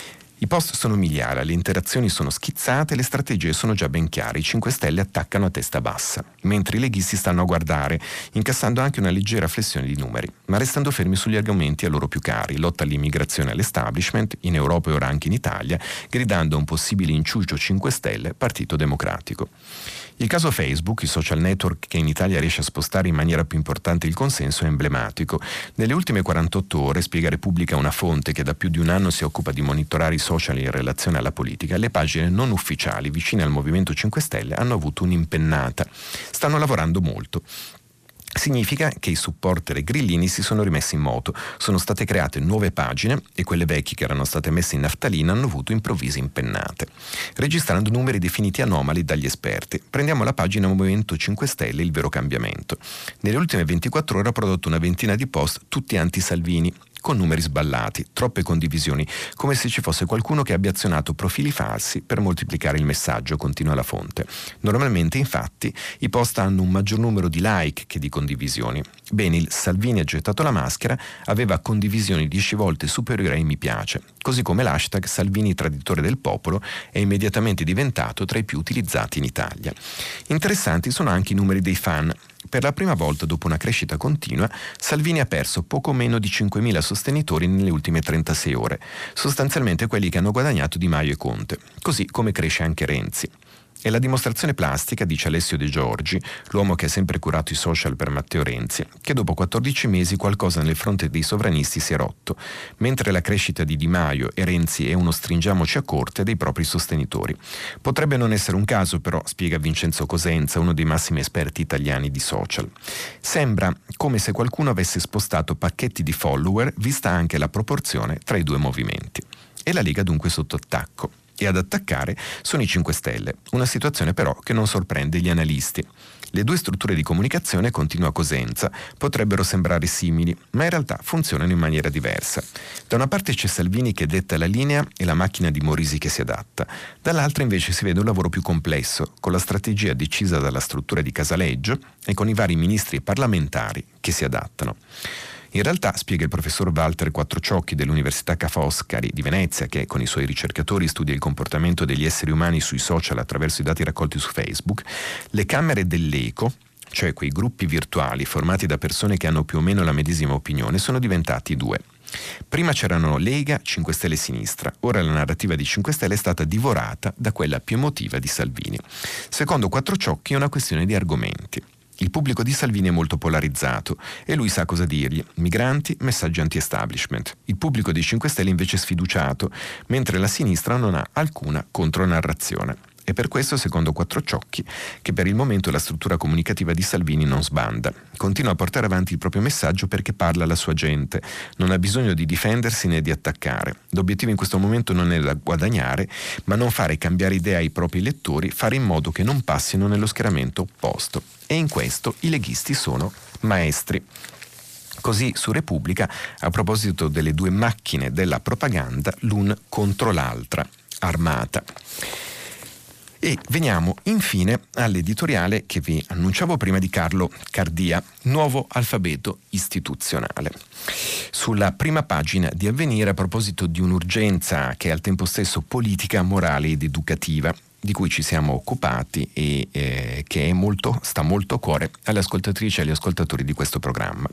I post sono migliaia, le interazioni sono schizzate, le strategie sono già ben chiare. I cinque Stelle attaccano a testa bassa, mentre i leghisti stanno a guardare, incassando anche una leggera flessione di numeri, ma restando fermi sugli argomenti a loro più cari: lotta all'immigrazione e all'establishment, in Europa e ora anche in Italia, gridando a un possibile inciucio cinque Stelle, Partito Democratico. Il caso Facebook, il social network che in Italia riesce a spostare in maniera più importante il consenso, è emblematico. Nelle ultime quarantotto ore, spiega Repubblica, una fonte che da più di un anno si occupa di monitorare i social in relazione alla politica, le pagine non ufficiali vicine al Movimento cinque Stelle hanno avuto un'impennata. Stanno lavorando molto. Significa che i supporter e grillini si sono rimessi in moto, sono state create nuove pagine e quelle vecchie che erano state messe in naftalina hanno avuto improvvise impennate, registrando numeri definiti anomali dagli esperti. Prendiamo la pagina Movimento cinque Stelle, il vero cambiamento. Nelle ultime ventiquattro ore ha prodotto una ventina di post, tutti anti-Salvini, con numeri sballati, troppe condivisioni, come se ci fosse qualcuno che abbia azionato profili falsi per moltiplicare il messaggio, continua la fonte. Normalmente, infatti, i post hanno un maggior numero di like che di condivisioni. Bene, il Salvini ha gettato la maschera aveva condivisioni dieci volte superiori ai mi piace, così come l'hashtag Salvini traditore del popolo è immediatamente diventato tra i più utilizzati in Italia. Interessanti sono anche i numeri dei fan. Per la prima volta dopo una crescita continua, Salvini ha perso poco meno di cinquemila sostenitori nelle ultime trentasei ore, sostanzialmente quelli che hanno guadagnato Di Maio e Conte, così come cresce anche Renzi. È la dimostrazione plastica, dice Alessio De Giorgi, l'uomo che ha sempre curato i social per Matteo Renzi, che dopo quattordici mesi qualcosa nel fronte dei sovranisti si è rotto, mentre la crescita di Di Maio e Renzi è uno stringiamoci a corte dei propri sostenitori. Potrebbe non essere un caso, però, spiega Vincenzo Cosenza, uno dei massimi esperti italiani di social. Sembra come se qualcuno avesse spostato pacchetti di follower, vista anche la proporzione tra i due movimenti. E la Lega dunque sotto attacco. E ad attaccare sono i cinque Stelle, una situazione però che non sorprende gli analisti. Le due strutture di comunicazione, continua Cosenza, potrebbero sembrare simili, ma in realtà funzionano in maniera diversa. Da una parte c'è Salvini che detta la linea e la macchina di Morisi che si adatta, dall'altra invece si vede un lavoro più complesso, con la strategia decisa dalla struttura di Casaleggio e con i vari ministri e parlamentari che si adattano. In realtà, spiega il professor Walter Quattrociocchi dell'Università Ca' Foscari di Venezia, che con i suoi ricercatori studia il comportamento degli esseri umani sui social attraverso i dati raccolti su Facebook, le camere dell'eco, cioè quei gruppi virtuali formati da persone che hanno più o meno la medesima opinione, sono diventati due. Prima c'erano Lega, cinque Stelle e Sinistra, ora la narrativa di cinque Stelle è stata divorata da quella più emotiva di Salvini. Secondo Quattrociocchi è una questione di argomenti. Il pubblico di Salvini è molto polarizzato e lui sa cosa dirgli: migranti, messaggi anti-establishment. Il pubblico dei cinque Stelle invece è sfiduciato, mentre la sinistra non ha alcuna contronarrazione. E per questo, secondo Quattrociocchi, che per il momento la struttura comunicativa di Salvini non sbanda. Continua a portare avanti il proprio messaggio perché parla alla sua gente, non ha bisogno di difendersi né di attaccare. L'obiettivo in questo momento non è da guadagnare, ma non fare cambiare idea ai propri lettori, fare in modo che non passino nello schieramento opposto. E in questo i leghisti sono maestri. Così su Repubblica, a proposito delle due macchine della propaganda, l'un contro l'altra, armata. E veniamo infine all'editoriale che vi annunciavo prima di Carlo Cardia, Nuovo alfabeto istituzionale. Sulla prima pagina di Avvenire, a proposito di un'urgenza che è al tempo stesso politica, morale ed educativa, di cui ci siamo occupati e eh, che è molto, sta molto a cuore alle ascoltatrici e agli ascoltatori di questo programma.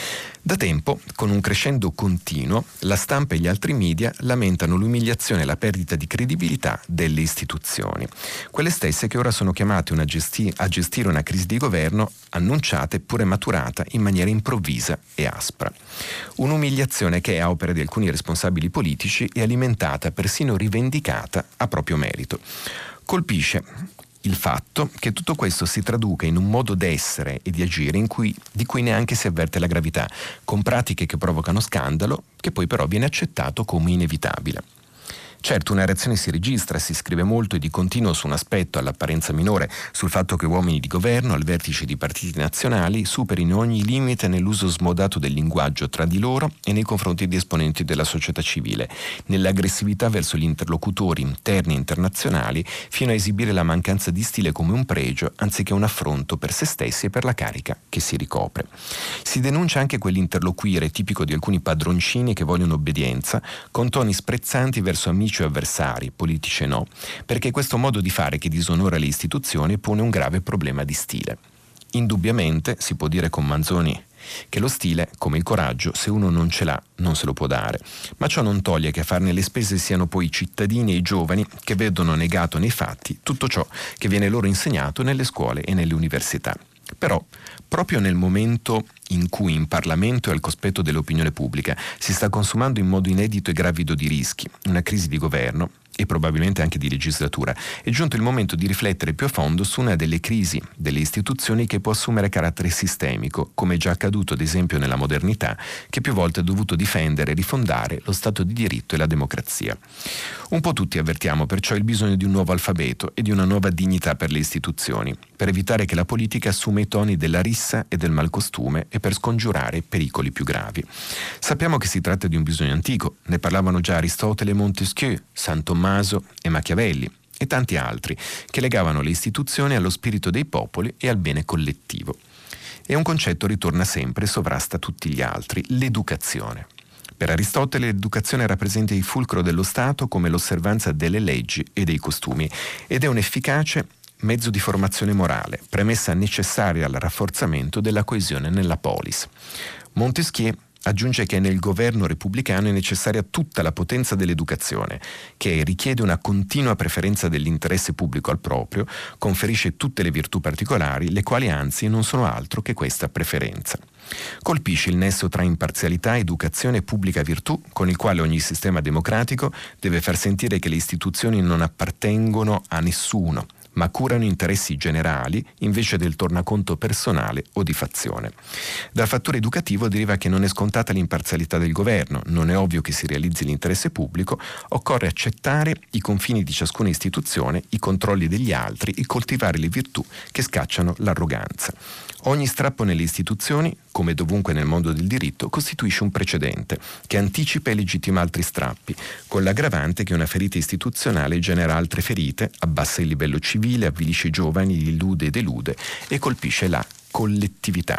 Da tempo, con un crescendo continuo, la stampa e gli altri media lamentano l'umiliazione e la perdita di credibilità delle istituzioni, quelle stesse che ora sono chiamate una gesti- a gestire una crisi di governo annunciata eppure maturata in maniera improvvisa e aspra. Un'umiliazione che è a opera di alcuni responsabili politici e alimentata, persino rivendicata, a proprio merito. Colpisce il fatto che tutto questo si traduca in un modo d'essere e di agire in cui, di cui neanche si avverte la gravità, con pratiche che provocano scandalo, che poi però viene accettato come inevitabile. Certo, una reazione si registra, si scrive molto e di continuo su un aspetto all'apparenza minore, sul fatto che uomini di governo, al vertice di partiti nazionali, superino ogni limite nell'uso smodato del linguaggio tra di loro e nei confronti di esponenti della società civile, nell'aggressività verso gli interlocutori interni e internazionali, fino a esibire la mancanza di stile come un pregio, anziché un affronto per se stessi e per la carica che si ricopre. Si denuncia anche quell'interloquire tipico di alcuni padroncini che vogliono obbedienza, con toni sprezzanti verso amici o avversari, politici e no, perché questo modo di fare che disonora le istituzioni pone un grave problema di stile. Indubbiamente si può dire con Manzoni che lo stile, come il coraggio, se uno non ce l'ha, non se lo può dare, ma ciò non toglie che a farne le spese siano poi i cittadini e i giovani che vedono negato nei fatti tutto ciò che viene loro insegnato nelle scuole e nelle università. Però, proprio nel momento in cui in Parlamento e al cospetto dell'opinione pubblica si sta consumando in modo inedito e gravido di rischi una crisi di governo e probabilmente anche di legislatura, è giunto il momento di riflettere più a fondo su una delle crisi delle istituzioni che può assumere carattere sistemico, come è già accaduto ad esempio nella modernità, che più volte ha dovuto difendere e rifondare lo Stato di diritto e la democrazia. Un po' tutti avvertiamo perciò il bisogno di un nuovo alfabeto e di una nuova dignità per le istituzioni, per evitare che la politica assuma i toni della rissa e del malcostume e per scongiurare pericoli più gravi. Sappiamo che si tratta di un bisogno antico, ne parlavano già Aristotele e Montesquieu, San Tommaso e Machiavelli e tanti altri, che legavano le istituzioni allo spirito dei popoli e al bene collettivo. E un concetto ritorna sempre e sovrasta tutti gli altri, l'educazione. Per Aristotele l'educazione rappresenta il fulcro dello Stato come l'osservanza delle leggi e dei costumi ed è un efficace mezzo di formazione morale, premessa necessaria al rafforzamento della coesione nella polis. Montesquieu aggiunge che nel governo repubblicano è necessaria tutta la potenza dell'educazione, che richiede una continua preferenza dell'interesse pubblico al proprio, conferisce tutte le virtù particolari, le quali anzi non sono altro che questa preferenza. Colpisce il nesso tra imparzialità, educazione e pubblica virtù, con il quale ogni sistema democratico deve far sentire che le istituzioni non appartengono a nessuno, ma curano interessi generali invece del tornaconto personale o di fazione. Dal fattore educativo deriva che non è scontata l'imparzialità del governo, non è ovvio che si realizzi l'interesse pubblico, occorre accettare i confini di ciascuna istituzione, i controlli degli altri e coltivare le virtù che scacciano l'arroganza. Ogni strappo nelle istituzioni, come dovunque nel mondo del diritto, costituisce un precedente che anticipa e legittima altri strappi, con l'aggravante che una ferita istituzionale genera altre ferite, abbassa il livello civile, avvilisce i giovani, li illude e delude e colpisce la collettività.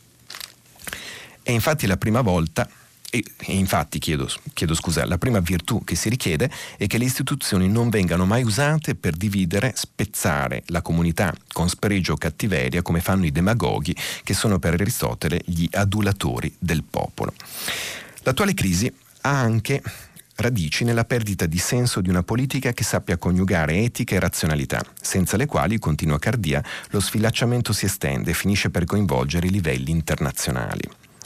È infatti la prima volta E, e infatti, chiedo, chiedo scusa, la prima virtù che si richiede è che le istituzioni non vengano mai usate per dividere, spezzare la comunità con spregio o cattiveria come fanno i demagoghi che sono per Aristotele gli adulatori del popolo. L'attuale crisi ha anche radici nella perdita di senso di una politica che sappia coniugare etica e razionalità, senza le quali, continua Cardia, lo sfilacciamento si estende e finisce per coinvolgere i livelli internazionali.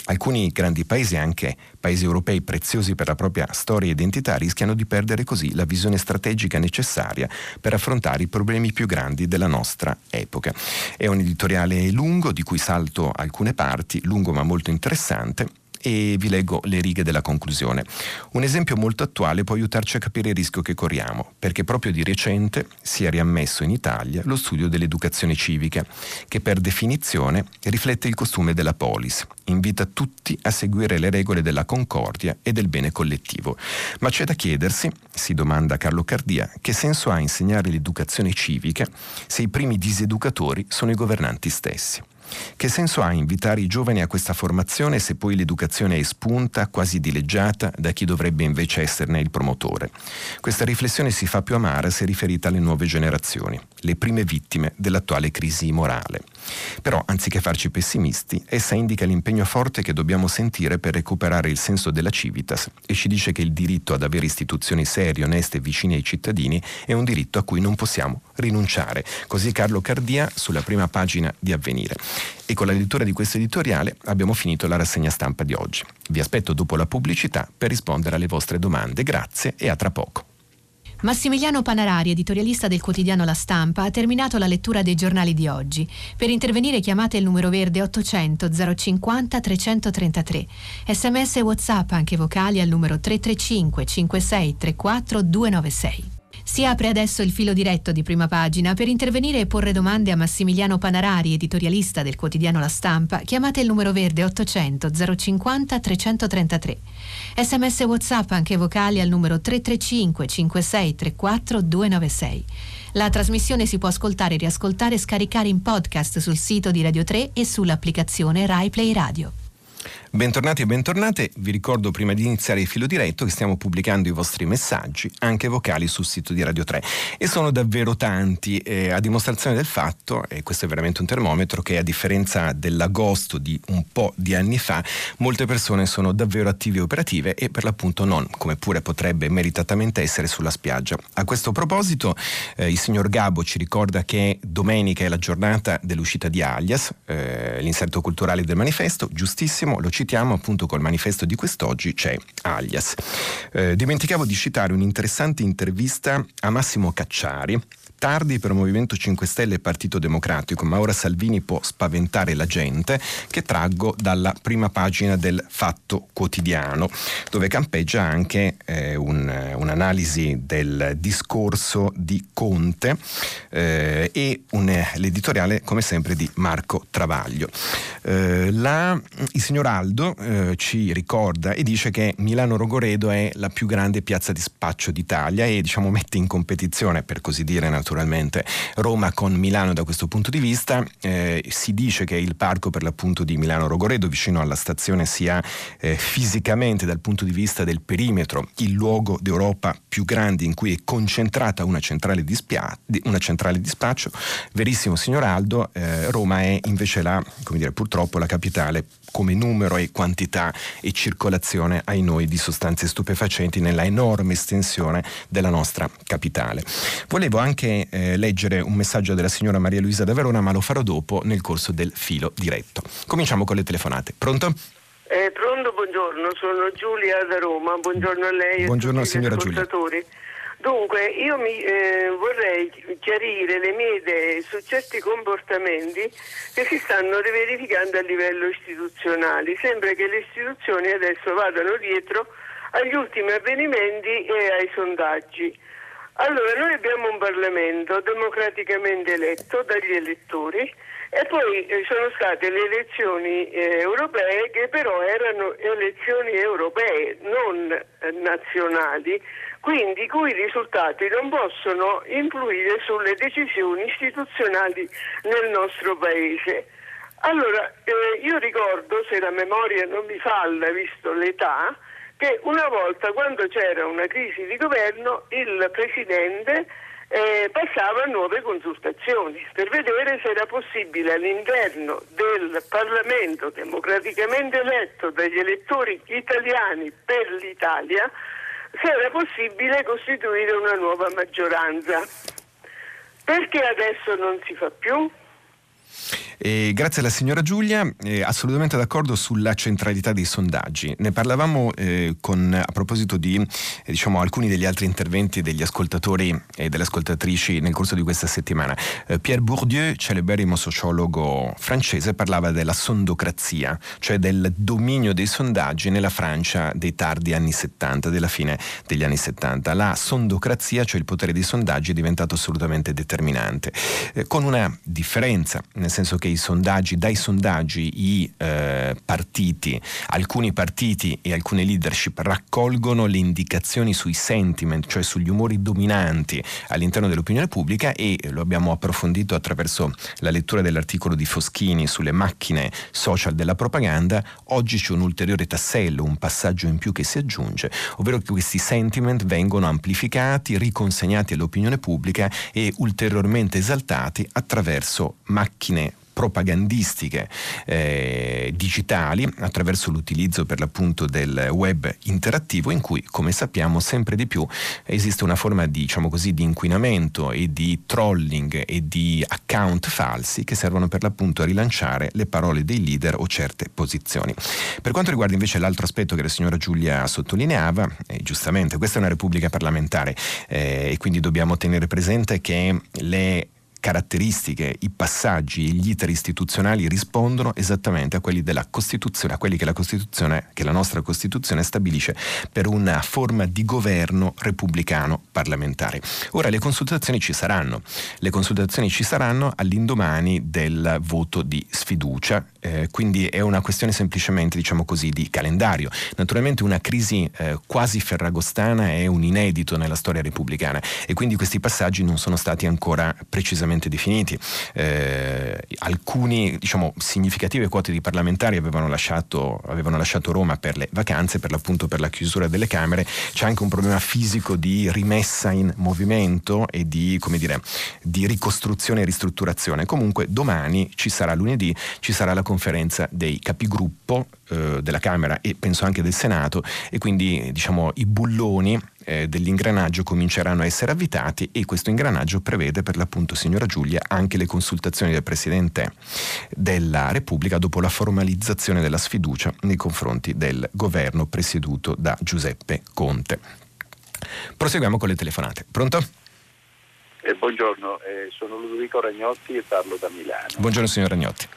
Alcuni grandi paesi, anche paesi europei preziosi per la propria storia e identità, rischiano di perdere così la visione strategica necessaria per affrontare i problemi più grandi della nostra epoca. È un editoriale lungo, di cui salto alcune parti, lungo ma molto interessante, e vi leggo le righe della conclusione. Un esempio molto attuale può aiutarci a capire il rischio che corriamo, perché proprio di recente si è riammesso in Italia lo studio dell'educazione civica, che per definizione riflette il costume della polis, invita tutti a seguire le regole della concordia e del bene collettivo. Ma c'è da chiedersi, si domanda Carlo Cardia, che senso ha insegnare l'educazione civica se i primi diseducatori sono i governanti stessi? Che senso ha invitare i giovani a questa formazione se poi l'educazione è espunta, quasi dileggiata, da chi dovrebbe invece esserne il promotore? Questa riflessione si fa più amara se riferita alle nuove generazioni, le prime vittime dell'attuale crisi morale. Però, anziché farci pessimisti, essa indica l'impegno forte che dobbiamo sentire per recuperare il senso della civitas e ci dice che il diritto ad avere istituzioni serie, oneste e vicine ai cittadini è un diritto a cui non possiamo rinunciare. Così Carlo Cardia sulla prima pagina di Avvenire. E con la lettura di questo editoriale abbiamo finito la rassegna stampa di oggi. Vi aspetto dopo la pubblicità per rispondere alle vostre domande. Grazie e a tra poco. Massimiliano Panarari, editorialista del quotidiano La Stampa, ha terminato la lettura dei giornali di oggi. Per intervenire chiamate il numero verde ottocento zero cinquanta trecentotrentatré. Sms e WhatsApp anche vocali al numero tre tre cinque cinque sei tre quattro due nove sei. Si apre adesso il filo diretto di Prima Pagina. Per intervenire e porre domande a Massimiliano Panarari, editorialista del quotidiano La Stampa, chiamate il numero verde ottocento zero cinquanta trecentotrentatré. Sms e WhatsApp anche vocali al numero tre tre cinque cinque sei tre quattro due nove sei. La trasmissione si può ascoltare, riascoltare e scaricare in podcast sul sito di Radio tre e sull'applicazione Rai Play Radio. Bentornati e bentornate, vi ricordo prima di iniziare il filo diretto che stiamo pubblicando i vostri messaggi, anche vocali, sul sito di Radio tre e sono davvero tanti, eh, a dimostrazione del fatto, e questo è veramente un termometro, che a differenza dell'agosto di un po' di anni fa, molte persone sono davvero attive e operative e per l'appunto non, come pure potrebbe meritatamente essere, sulla spiaggia. A questo proposito eh, il signor Gabo ci ricorda che domenica è la giornata dell'uscita di Alias, eh, l'inserto culturale del manifesto, giustissimo, lo citiamo appunto col manifesto di quest'oggi, c'è Alias. Eh, dimenticavo di citare un'interessante intervista a Massimo Cacciari. Tardi per Movimento cinque Stelle e Partito Democratico, ma ora Salvini può spaventare la gente, che traggo dalla prima pagina del Fatto Quotidiano, dove campeggia anche eh, un, un'analisi del discorso di Conte eh, e un, l'editoriale come sempre di Marco Travaglio. Eh, la, il signor Aldo eh, ci ricorda e dice che Milano Rogoredo è la più grande piazza di spaccio d'Italia e diciamo mette in competizione, per così dire, naturalmente Roma con Milano da questo punto di vista. Eh, si dice che il parco per l'appunto di Milano Rogoredo vicino alla stazione sia eh, fisicamente, dal punto di vista del perimetro, il luogo d'Europa più grande in cui è concentrata una centrale di, spia- una centrale di spaccio. Verissimo signor Aldo, eh, Roma è invece la, come dire, purtroppo la capitale come numero e quantità e circolazione, ai noi, di sostanze stupefacenti nella enorme estensione della nostra capitale. Volevo anche eh, leggere un messaggio della signora Maria Luisa da Verona, ma lo farò dopo nel corso del filo diretto. Cominciamo con le telefonate. Pronto? Eh, pronto, buongiorno, sono Giulia da Roma, buongiorno a lei. Buongiorno e a tutti signora gli Giulia. Dunque, io mi eh, vorrei chiarire le mie idee su certi comportamenti che si stanno riverificando a livello istituzionale. Sembra che le istituzioni adesso vadano dietro agli ultimi avvenimenti e ai sondaggi. Allora, noi abbiamo un Parlamento democraticamente eletto dagli elettori e poi eh, sono state le elezioni eh, europee, che però erano elezioni europee, non eh, nazionali, quindi i cui risultati non possono influire sulle decisioni istituzionali nel nostro Paese. Allora, eh, io ricordo, se la memoria non mi falla, visto l'età, che una volta, quando c'era una crisi di governo, il Presidente eh, passava a nuove consultazioni per vedere se era possibile all'interno del Parlamento democraticamente eletto dagli elettori italiani per l'Italia, se era possibile costituire una nuova maggioranza. Perché adesso non si fa più? E grazie alla signora Giulia, eh, assolutamente d'accordo sulla centralità dei sondaggi. Ne parlavamo eh, con, a proposito di eh, diciamo, alcuni degli altri interventi degli ascoltatori e delle ascoltatrici nel corso di questa settimana. Eh, Pierre Bourdieu, celeberrimo sociologo francese, parlava della sondocrazia, cioè del dominio dei sondaggi nella Francia dei tardi anni settanta, della fine degli anni settanta. La sondocrazia, cioè il potere dei sondaggi, è diventato assolutamente determinante, eh, con una differenza, nel senso che i sondaggi, dai sondaggi i eh, partiti, alcuni partiti e alcune leadership raccolgono le indicazioni sui sentiment, cioè sugli umori dominanti all'interno dell'opinione pubblica, e lo abbiamo approfondito attraverso la lettura dell'articolo di Foschini sulle macchine social della propaganda. Oggi c'è un ulteriore tassello, un passaggio in più che si aggiunge, ovvero che questi sentiment vengono amplificati, riconsegnati all'opinione pubblica e ulteriormente esaltati attraverso macchine propagandistiche eh, digitali, attraverso l'utilizzo per l'appunto del web interattivo, in cui, come sappiamo, sempre di più esiste una forma di, diciamo così, di inquinamento e di trolling e di account falsi che servono per l'appunto a rilanciare le parole dei leader o certe posizioni. Per quanto riguarda invece l'altro aspetto che la signora Giulia sottolineava, eh, giustamente, questa è una repubblica parlamentare eh, e quindi dobbiamo tenere presente che le caratteristiche, i passaggi e gli iter istituzionali rispondono esattamente a quelli della Costituzione, a quelli che la Costituzione, che la nostra Costituzione stabilisce per una forma di governo repubblicano parlamentare. Ora le consultazioni ci saranno, le consultazioni ci saranno all'indomani del voto di sfiducia, eh, quindi è una questione semplicemente, diciamo così, di calendario. Naturalmente una crisi eh, quasi ferragostana è un inedito nella storia repubblicana e quindi questi passaggi non sono stati ancora precisamente definiti. Eh, alcuni, diciamo, significative quote di parlamentari avevano lasciato, avevano lasciato Roma per le vacanze, per l'appunto per la chiusura delle Camere. C'è anche un problema fisico di rimessa in movimento e di, come dire, di ricostruzione e ristrutturazione. Comunque domani ci sarà, lunedì ci sarà la conferenza dei capigruppo eh, della Camera e penso anche del Senato, e quindi, diciamo, i bulloni eh, dell'ingranaggio cominceranno a essere avvitati, e questo ingranaggio prevede, per l'appunto, signora Giulia, anche le consultazioni del Presidente della Repubblica dopo la formalizzazione della sfiducia nei confronti del governo presieduto da Giuseppe Conte. Proseguiamo con le telefonate. Pronto? Eh, buongiorno, eh, sono Ludovico Ragnotti e parlo da Milano. Buongiorno signor Ragnotti.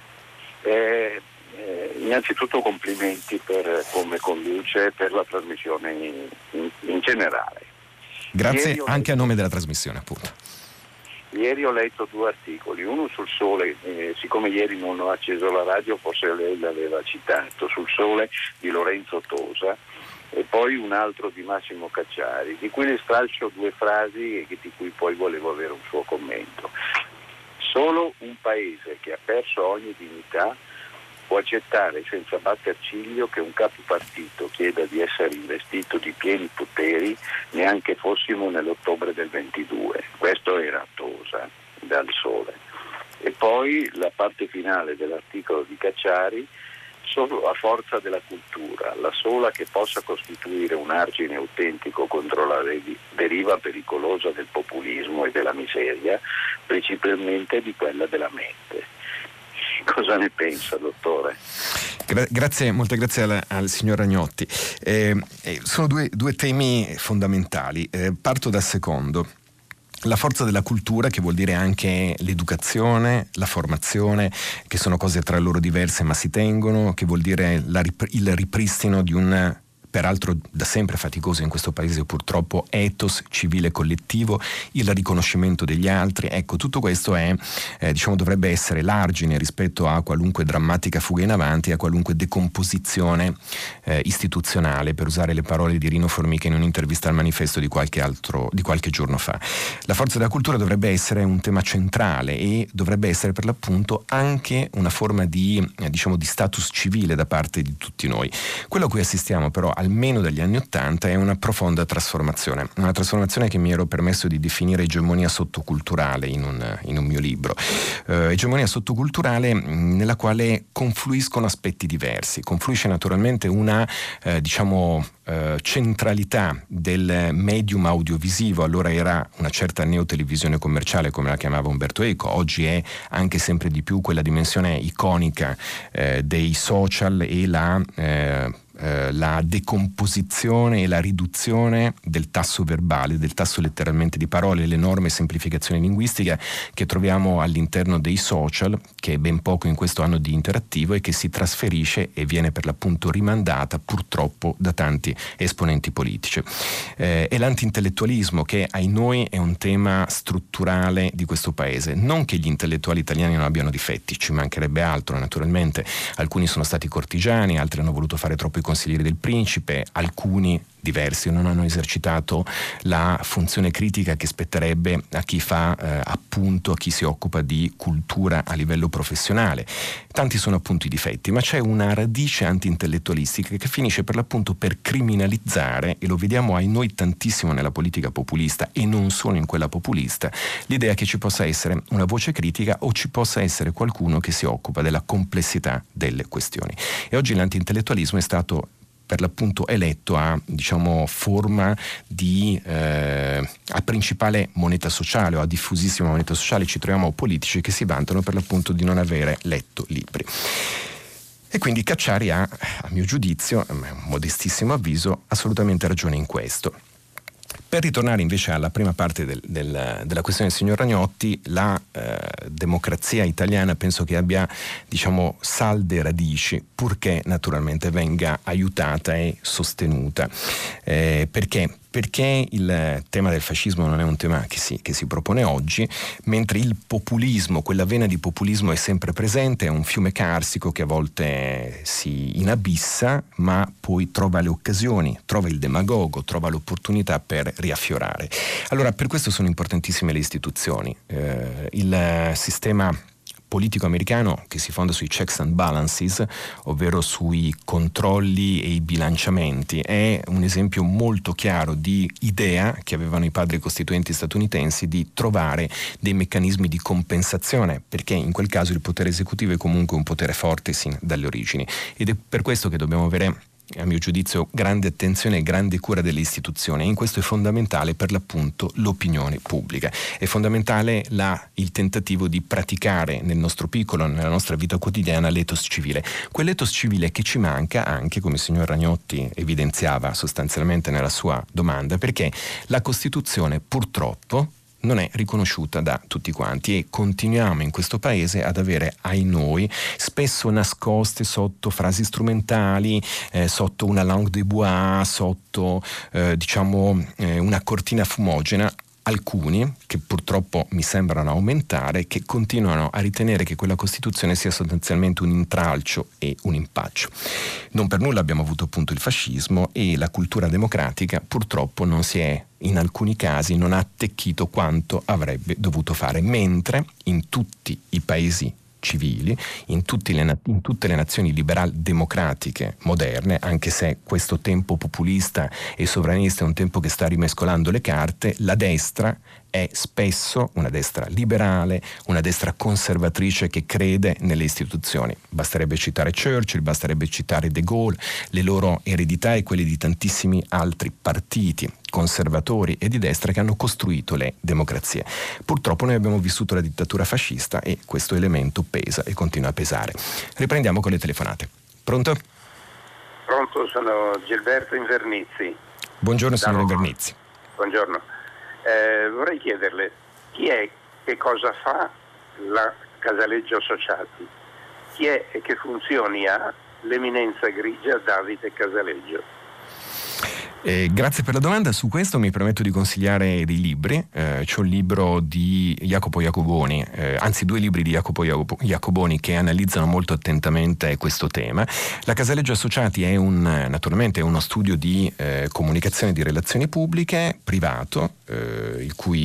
Eh, eh, innanzitutto complimenti per come conduce, per la trasmissione in, in, in generale. Grazie Ieri anche letto, a nome della trasmissione, appunto. Ieri ho letto due articoli, uno sul Sole, eh, siccome ieri non ho acceso la radio, forse lei l'aveva citato, sul Sole di Lorenzo Tosa, e poi un altro di Massimo Cacciari, di cui ne stralcio due frasi e di cui poi volevo avere un suo commento. Solo un paese che ha perso ogni dignità può accettare senza batter ciglio che un capo partito chieda di essere investito di pieni poteri, neanche fossimo nell'ottobre del ventidue. Questo era Tosa dal Sole. E poi la parte finale dell'articolo di Cacciari: solo a forza della cultura, la sola che possa costituire un argine autentico contro la deriva pericolosa del populismo e della miseria, principalmente di quella della mente. Cosa ne pensa, dottore? Gra- grazie, molte grazie al, al signor Ragnotti. Eh, eh, sono due, due temi fondamentali. Eh, parto dal secondo. La forza della cultura, che vuol dire anche l'educazione, la formazione, che sono cose tra loro diverse ma si tengono, che vuol dire la rip- il ripristino di un, peraltro da sempre faticoso in questo paese purtroppo, ethos civile collettivo, il riconoscimento degli altri. Ecco, tutto questo è, eh, diciamo, dovrebbe essere l'argine rispetto a qualunque drammatica fuga in avanti, a qualunque decomposizione eh, istituzionale, per usare le parole di Rino Formica in un'intervista al Manifesto di qualche altro, di qualche giorno fa. La forza della cultura dovrebbe essere un tema centrale e dovrebbe essere, per l'appunto, anche una forma di, eh, diciamo, di status civile da parte di tutti noi. Quello a cui assistiamo però al almeno dagli anni Ottanta, è una profonda trasformazione, una trasformazione che mi ero permesso di definire egemonia sottoculturale in un, in un mio libro. Eh, egemonia sottoculturale mh, nella quale confluiscono aspetti diversi, confluisce naturalmente una eh, diciamo eh, centralità del medium audiovisivo. Allora era una certa neotelevisione commerciale, come la chiamava Umberto Eco, oggi è anche sempre di più quella dimensione iconica eh, dei social e la eh, Eh, la decomposizione e la riduzione del tasso verbale, del tasso letteralmente di parole, l'enorme semplificazione linguistica che troviamo all'interno dei social, che è ben poco in questo anno di interattivo e che si trasferisce e viene per l'appunto rimandata purtroppo da tanti esponenti politici. Eh, è l'anti-intellettualismo che ai noi è un tema strutturale di questo paese. Non che gli intellettuali italiani non abbiano difetti, ci mancherebbe altro naturalmente, alcuni sono stati cortigiani, altri hanno voluto fare troppo i consiglieri del principe, alcuni diversi non hanno esercitato la funzione critica che spetterebbe a chi fa eh, appunto, a chi si occupa di cultura a livello professionale. Tanti sono appunto i difetti, ma c'è una radice anti-intellettualistica che finisce per l'appunto per criminalizzare, e lo vediamo ai noi tantissimo nella politica populista e non solo in quella populista, l'idea che ci possa essere una voce critica o ci possa essere qualcuno che si occupa della complessità delle questioni. E oggi l'anti-intellettualismo è stato per l'appunto eletto a diciamo forma di eh, a principale moneta sociale o a diffusissima moneta sociale. Ci troviamo politici che si vantano per l'appunto di non avere letto libri. E quindi Cacciari ha, a mio giudizio, a un modestissimo avviso, assolutamente ragione in questo. Per ritornare invece alla prima parte del, del, della questione del signor Ragnotti, la eh, democrazia italiana penso che abbia diciamo salde radici, purché naturalmente venga aiutata e sostenuta. Eh, perché? Perché il tema del fascismo non è un tema che si, che si propone oggi, mentre il populismo, quella vena di populismo è sempre presente, è un fiume carsico che a volte si inabissa, ma poi trova le occasioni, trova il demagogo, trova l'opportunità per riaffiorare. Allora, per questo sono importantissime le istituzioni. Eh, il sistema politico americano, che si fonda sui checks and balances, ovvero sui controlli e i bilanciamenti, è un esempio molto chiaro di idea che avevano i padri costituenti statunitensi di trovare dei meccanismi di compensazione, perché in quel caso il potere esecutivo è comunque un potere forte sin dalle origini, ed è per questo che dobbiamo avere, a mio giudizio, grande attenzione e grande cura delle istituzioni, e in questo è fondamentale per l'appunto l'opinione pubblica. È fondamentale la, il tentativo di praticare nel nostro piccolo, nella nostra vita quotidiana, l'ethos civile. Quell'ethos civile che ci manca anche, come il signor Ragnotti evidenziava sostanzialmente nella sua domanda, perché la Costituzione purtroppo non è riconosciuta da tutti quanti, e continuiamo in questo paese ad avere ai noi, spesso nascoste sotto frasi strumentali, eh, sotto una langue de bois, sotto eh, diciamo eh, una cortina fumogena, alcuni che purtroppo mi sembrano aumentare, che continuano a ritenere che quella Costituzione sia sostanzialmente un intralcio e un impaccio. Non per nulla abbiamo avuto appunto il fascismo, e la cultura democratica purtroppo non si è, in alcuni casi non ha attecchito quanto avrebbe dovuto fare, mentre in tutti i paesi civili, in, tutti le, in tutte le nazioni liberal democratiche moderne, anche se questo tempo populista e sovranista è un tempo che sta rimescolando le carte, la destra è spesso una destra liberale, una destra conservatrice che crede nelle istituzioni. Basterebbe citare Churchill, basterebbe citare De Gaulle, le loro eredità e quelle di tantissimi altri partiti conservatori e di destra che hanno costruito le democrazie. Purtroppo noi abbiamo vissuto la dittatura fascista e questo elemento pesa e continua a pesare. Riprendiamo con le telefonate. Pronto? Pronto, sono Gilberto Invernizzi. Buongiorno signor Invernizzi. Buongiorno. Eh, vorrei chiederle chi è, che cosa fa la Casaleggio Associati, chi è e che funzioni ha l'eminenza grigia Davide Casaleggio. Eh, grazie per la domanda. Su questo mi permetto di consigliare dei libri. Eh, c'è un libro di Jacopo Iacoboni, eh, anzi due libri di Jacopo Iacoboni che analizzano molto attentamente questo tema. La Casaleggio Associati è un, naturalmente è uno studio di eh, comunicazione di relazioni pubbliche privato, eh, il cui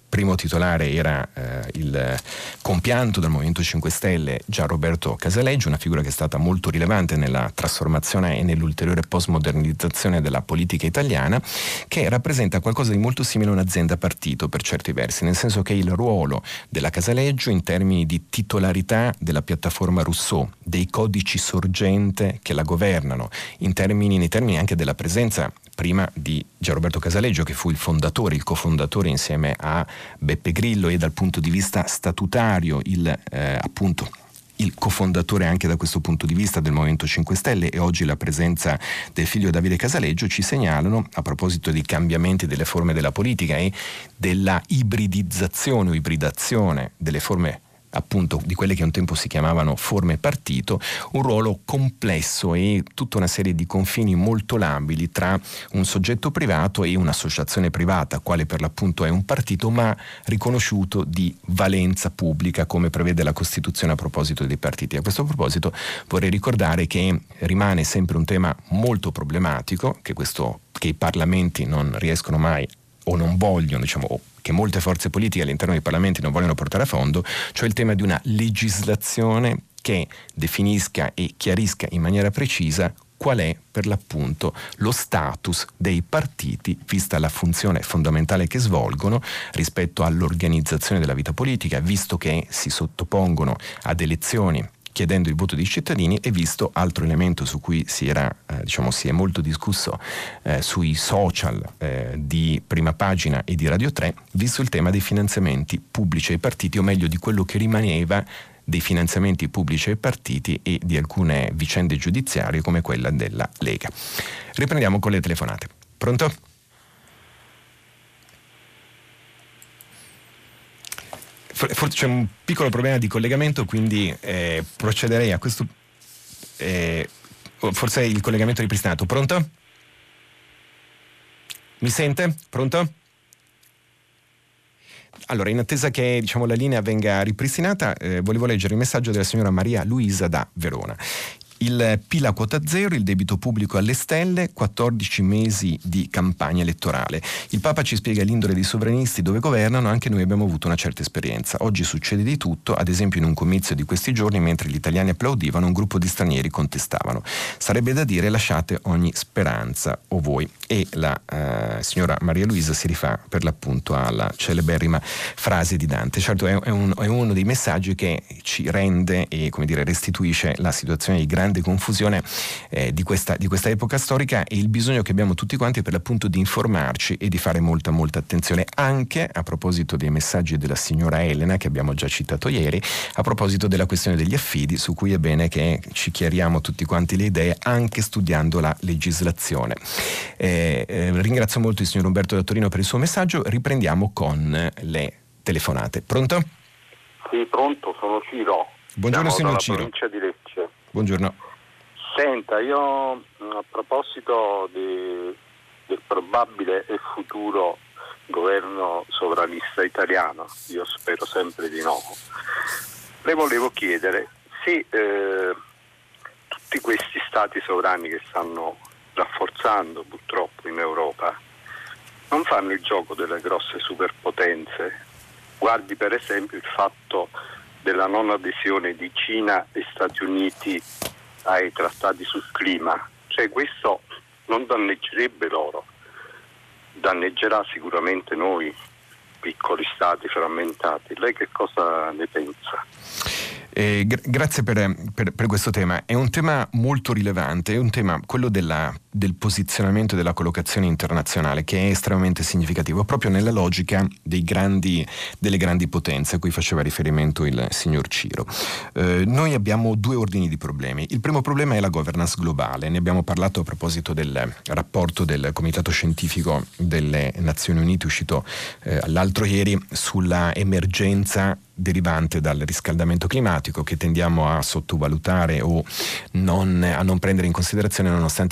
primo titolare era eh, il compianto del Movimento cinque Stelle Gianroberto Casaleggio, una figura che è stata molto rilevante nella trasformazione e nell'ulteriore postmodernizzazione della politica italiana, che rappresenta qualcosa di molto simile a un'azienda partito per certi versi, nel senso che il ruolo della Casaleggio in termini di titolarità della piattaforma Rousseau, dei codici sorgente che la governano, in termini, nei termini anche della presenza prima di Gianroberto Casaleggio, che fu il fondatore, il cofondatore insieme a Beppe Grillo, e dal punto di vista statutario il eh, appunto il cofondatore anche da questo punto di vista del Movimento cinque Stelle, e oggi la presenza del figlio Davide Casaleggio ci segnalano, a proposito dei cambiamenti delle forme della politica e della ibridizzazione o ibridazione delle forme appunto di quelle che un tempo si chiamavano forme partito, un ruolo complesso e tutta una serie di confini molto labili tra un soggetto privato e un'associazione privata, quale per l'appunto è un partito, ma riconosciuto di valenza pubblica come prevede la Costituzione a proposito dei partiti. A questo proposito vorrei ricordare che rimane sempre un tema molto problematico, che, questo, che i parlamenti non riescono mai o non vogliono, diciamo, che molte forze politiche all'interno dei parlamenti non vogliono portare a fondo, cioè il tema di una legislazione che definisca e chiarisca in maniera precisa qual è per l'appunto lo status dei partiti, vista la funzione fondamentale che svolgono rispetto all'organizzazione della vita politica, visto che si sottopongono ad elezioni chiedendo il voto dei cittadini, e visto altro elemento su cui si era eh, diciamo si è molto discusso eh, sui social eh, di Prima Pagina e di Radio tre, visto il tema dei finanziamenti pubblici ai partiti, o meglio di quello che rimaneva dei finanziamenti pubblici ai partiti e di alcune vicende giudiziarie come quella della Lega. Riprendiamo con le telefonate. Pronto? Forse c'è un piccolo problema di collegamento, quindi eh, procederei a questo. Eh, forse il collegamento è ripristinato. Pronto? Mi sente? Pronto? Allora, in attesa che diciamo, la linea venga ripristinata, eh, volevo leggere il messaggio della signora Maria Luisa da Verona. Il P I L a quota zero, il debito pubblico alle stelle, quattordici mesi di campagna elettorale. Il Papa ci spiega l'indole dei sovranisti dove governano, anche noi abbiamo avuto una certa esperienza. Oggi succede di tutto, ad esempio in un comizio di questi giorni, mentre gli italiani applaudivano, un gruppo di stranieri contestavano. Sarebbe da dire lasciate ogni speranza o voi. E la eh, signora Maria Luisa si rifà per l'appunto alla celeberrima frase di Dante. Certo è, è, un, è uno dei messaggi che ci rende e come dire restituisce la situazione di grande confusione eh, di, questa, di questa epoca storica, e il bisogno che abbiamo tutti quanti per l'appunto di informarci e di fare molta molta attenzione, anche a proposito dei messaggi della signora Elena che abbiamo già citato ieri, a proposito della questione degli affidi, su cui è bene che ci chiariamo tutti quanti le idee anche studiando la legislazione. Eh, eh, ringrazio molto il signor Umberto da Torino per il suo messaggio. Riprendiamo con le telefonate. Pronto? Sì, pronto, sono Ciro. Buongiorno signor Ciro. Provincia di Lecce. Buongiorno. Senta, io a proposito di, del probabile e futuro governo sovranista italiano, io spero sempre di no, le volevo chiedere se eh, tutti questi stati sovrani che stanno rafforzando purtroppo in Europa non fanno il gioco delle grosse superpotenze. Guardi per esempio il fatto della non adesione di Cina e Stati Uniti ai trattati sul clima, cioè questo non danneggerebbe loro, danneggerà sicuramente noi piccoli stati frammentati. Lei che cosa ne pensa? Eh, gra- grazie per, per, per questo tema. È un tema molto rilevante, è un tema, quello della, del posizionamento e della collocazione internazionale, che è estremamente significativo, proprio nella logica dei grandi, delle grandi potenze a cui faceva riferimento il signor Ciro. Eh, noi abbiamo due ordini di problemi. Il primo problema è la governance globale. Ne abbiamo parlato a proposito del rapporto del Comitato Scientifico delle Nazioni Unite uscito eh, l'altro ieri sulla emergenza derivante dal riscaldamento climatico, che tendiamo a sottovalutare o non, a non prendere in considerazione nonostante i cambiamenti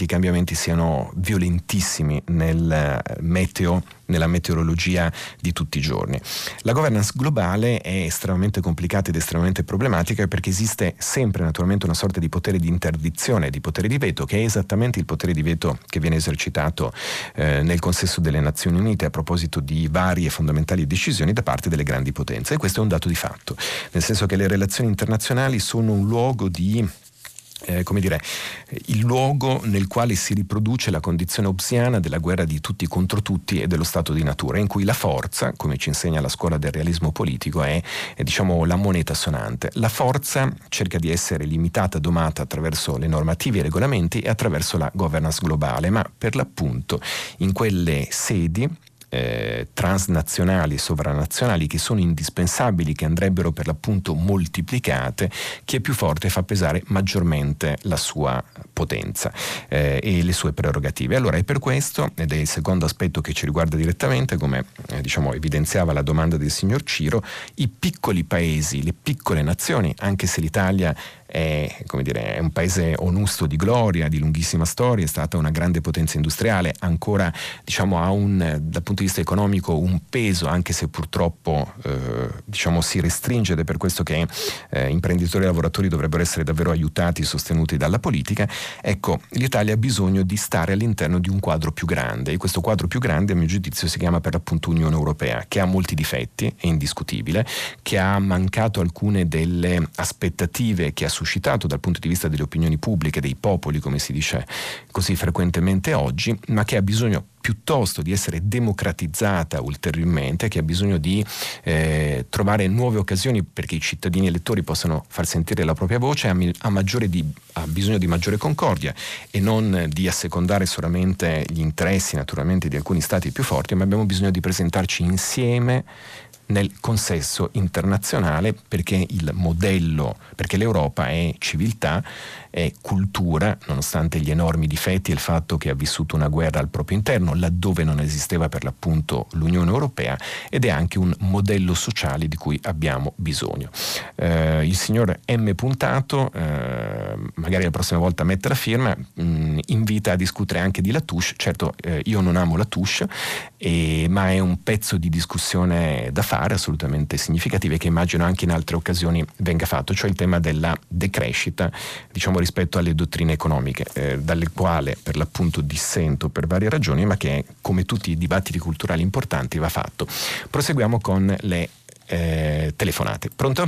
cambiamenti siano violentissimi nel meteo, nella meteorologia di tutti i giorni. La governance globale è estremamente complicata ed estremamente problematica perché esiste sempre naturalmente una sorta di potere di interdizione, di potere di veto, che è esattamente il potere di veto che viene esercitato eh, nel consesso delle Nazioni Unite a proposito di varie fondamentali decisioni da parte delle grandi potenze, e questo è un dato di fatto, nel senso che le relazioni internazionali sono un luogo di Eh, come dire, il luogo nel quale si riproduce la condizione hobbesiana della guerra di tutti contro tutti e dello stato di natura, in cui la forza, come ci insegna la scuola del realismo politico, è, è diciamo la moneta sonante. La forza cerca di essere limitata, domata attraverso le normative e i regolamenti e attraverso la governance globale, ma per l'appunto in quelle sedi Eh, transnazionali e sovranazionali che sono indispensabili, che andrebbero per l'appunto moltiplicate, chi è più forte fa pesare maggiormente la sua potenza eh, e le sue prerogative. Allora è per questo, ed è il secondo aspetto che ci riguarda direttamente, come eh, diciamo evidenziava la domanda del signor Ciro, i piccoli paesi, le piccole nazioni, anche se l'Italia è, come dire, è un paese onusto di gloria, di lunghissima storia, è stata una grande potenza industriale, ancora diciamo ha un, dal punto di vista economico un peso, anche se purtroppo eh, diciamo si restringe, ed è per questo che eh, imprenditori e lavoratori dovrebbero essere davvero aiutati, sostenuti dalla politica. Ecco, l'Italia ha bisogno di stare all'interno di un quadro più grande, e questo quadro più grande a mio giudizio si chiama per l'appunto Unione Europea, che ha molti difetti, è indiscutibile, che ha mancato alcune delle aspettative che ha suscitato dal punto di vista delle opinioni pubbliche, dei popoli, come si dice così frequentemente oggi, ma che ha bisogno piuttosto di essere democratizzata ulteriormente, che ha bisogno di eh, trovare nuove occasioni perché i cittadini elettori possano far sentire la propria voce, ha, ha, maggiore di, ha bisogno di maggiore concordia e non di assecondare solamente gli interessi naturalmente di alcuni stati più forti, ma abbiamo bisogno di presentarci insieme nel consesso internazionale, perché il modello, perché l'Europa è civiltà, è cultura, nonostante gli enormi difetti e il fatto che ha vissuto una guerra al proprio interno, laddove non esisteva per l'appunto l'Unione Europea, ed è anche un modello sociale di cui abbiamo bisogno. Eh, il signor M. Puntato, eh, magari la prossima volta mette la firma, mh, invita a discutere anche di Latouche. Certo, eh, io non amo Latouche, eh, ma è un pezzo di discussione da fare, assolutamente significative, che immagino anche in altre occasioni venga fatto, cioè il tema della decrescita, diciamo rispetto alle dottrine economiche, eh, dalle quali per l'appunto dissento per varie ragioni, ma che come tutti i dibattiti culturali importanti va fatto. Proseguiamo con le eh, telefonate. Pronto?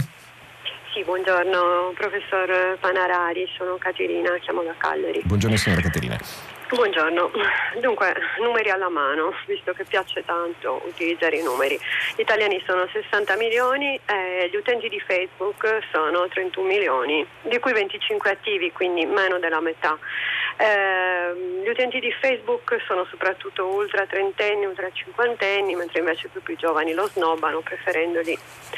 Sì, buongiorno professor Panarari, sono Caterina, chiamo da Cagliari. Buongiorno signora Caterina. Buongiorno, dunque numeri alla mano, visto che piace tanto utilizzare i numeri. Gli italiani sono sessanta milioni e gli utenti di Facebook sono trentuno milioni, di cui venticinque attivi, quindi meno della metà. Eh, gli utenti di Facebook sono soprattutto ultra trentenni, ultra cinquantenni, mentre invece i più giovani lo snobbano preferendoli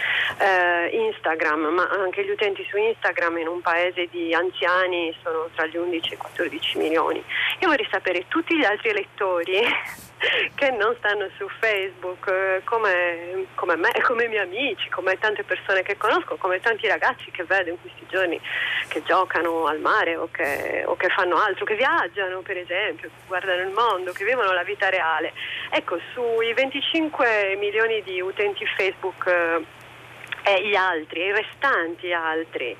eh, Instagram, ma anche gli utenti su Instagram in un paese di anziani sono tra gli undici e i quattordici milioni. Io vorrei sapere tutti gli altri elettori che non stanno su Facebook, come, come me, come i miei amici, come tante persone che conosco, come tanti ragazzi che vedo in questi giorni che giocano al mare o che, o che fanno altro, che viaggiano per esempio, che guardano il mondo, che vivono la vita reale. Ecco, sui venticinque milioni di utenti Facebook eh, e gli altri, i restanti altri,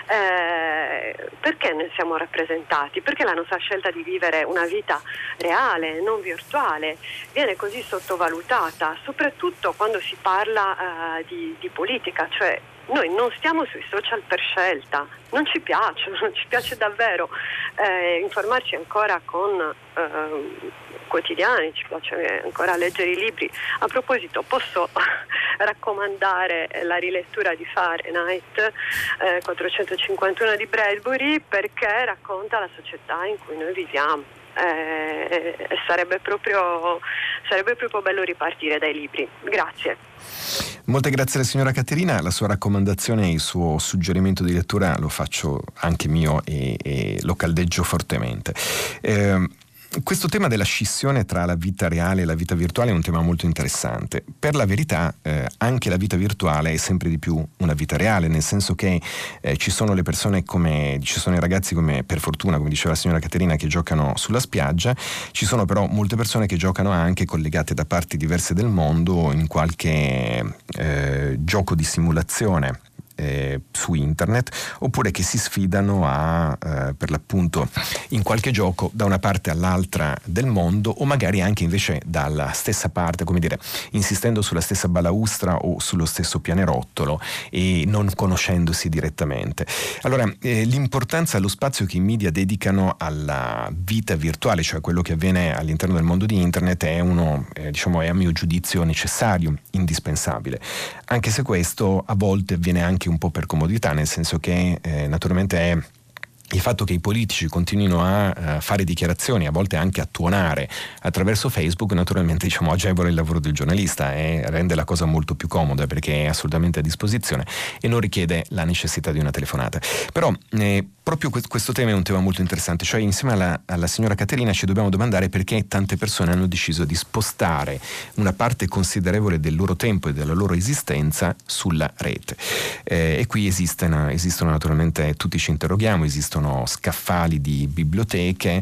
eh, perché ne siamo rappresentati? Perché la nostra scelta di vivere una vita reale, non virtuale, viene così sottovalutata, soprattutto quando si parla eh, di, di politica, cioè noi non stiamo sui social per scelta, non ci piace, non ci piace davvero eh, informarci ancora con eh, quotidiani, ci piace ancora leggere i libri. A proposito, posso raccomandare la rilettura di Fahrenheit eh, quattrocentocinquantuno di Bradbury, perché racconta la società in cui noi viviamo. Eh, e sarebbe proprio, sarebbe proprio bello ripartire dai libri. Grazie. Molte grazie alla signora Caterina, la sua raccomandazione e il suo suggerimento di lettura lo faccio anche mio e, e lo caldeggio fortemente. Eh, questo tema della scissione tra la vita reale e la vita virtuale è un tema molto interessante. Per la verità eh, anche la vita virtuale è sempre di più una vita reale, nel senso che eh, ci sono le persone come, ci sono i ragazzi come, per fortuna, come diceva la signora Caterina, che giocano sulla spiaggia, ci sono però molte persone che giocano anche collegate da parti diverse del mondo in qualche eh, gioco di simulazione Eh, su internet, oppure che si sfidano a eh, per l'appunto in qualche gioco da una parte all'altra del mondo, o magari anche invece dalla stessa parte, come dire, insistendo sulla stessa balaustra o sullo stesso pianerottolo e non conoscendosi direttamente. Allora eh, l'importanza, lo spazio che i media dedicano alla vita virtuale, cioè quello che avviene all'interno del mondo di internet, è uno eh, diciamo è a mio giudizio necessario, indispensabile, anche se questo a volte avviene anche un po' per comodità, nel senso che eh, naturalmente è il fatto che i politici continuino a uh, fare dichiarazioni, a volte anche a tuonare attraverso Facebook, naturalmente diciamo agevola il lavoro del giornalista e rende la cosa molto più comoda, perché è assolutamente a disposizione e non richiede la necessità di una telefonata. Però eh, proprio questo tema è un tema molto interessante, cioè insieme alla, alla signora Caterina ci dobbiamo domandare perché tante persone hanno deciso di spostare una parte considerevole del loro tempo e della loro esistenza sulla rete. Eh, e qui esistono, esistono naturalmente, tutti ci interroghiamo, esistono scaffali di biblioteche.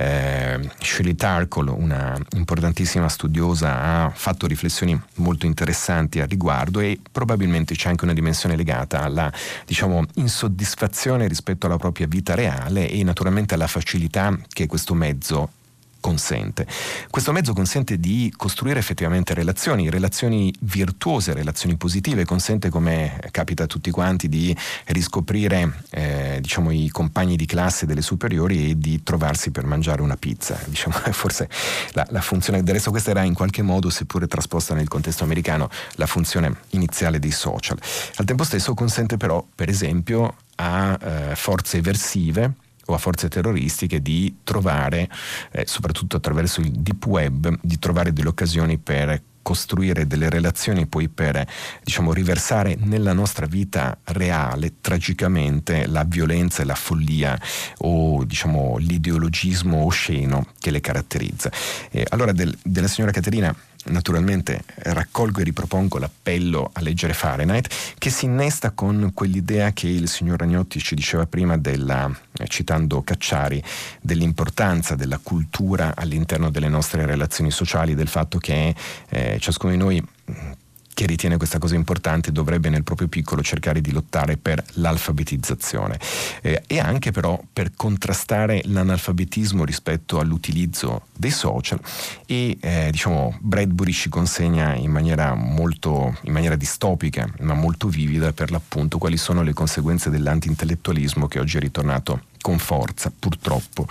eh, Shirley Tarkle, una importantissima studiosa, ha fatto riflessioni molto interessanti al riguardo, e probabilmente c'è anche una dimensione legata alla, diciamo, insoddisfazione rispetto alla propria vita reale e naturalmente alla facilità che questo mezzo consente. Questo mezzo consente di costruire effettivamente relazioni, relazioni virtuose, relazioni positive, consente, come capita a tutti quanti, di riscoprire eh, diciamo i compagni di classe delle superiori e di trovarsi per mangiare una pizza. Diciamo, forse la, la funzione, del resto questa era in qualche modo, seppure trasposta nel contesto americano, la funzione iniziale dei social. Al tempo stesso consente però, per esempio, a eh, forze eversive o a forze terroristiche di trovare, eh, soprattutto attraverso il deep web, di trovare delle occasioni per costruire delle relazioni, poi per, diciamo, riversare nella nostra vita reale tragicamente la violenza e la follia, o diciamo l'ideologismo osceno che le caratterizza. Eh, allora del, della signora Caterina naturalmente raccolgo e ripropongo l'appello a leggere Fahrenheit, che si innesta con quell'idea che il signor Ragnotti ci diceva prima, della, eh, citando Cacciari, dell'importanza della cultura all'interno delle nostre relazioni sociali, del fatto che eh, ciascuno di noi che ritiene questa cosa importante dovrebbe nel proprio piccolo cercare di lottare per l'alfabetizzazione, eh, e anche però per contrastare l'analfabetismo rispetto all'utilizzo dei social. E eh, diciamo Bradbury ci consegna in maniera molto in maniera distopica ma molto vivida, per l'appunto, quali sono le conseguenze dell'anti-intellettualismo, che oggi è ritornato con forza, purtroppo,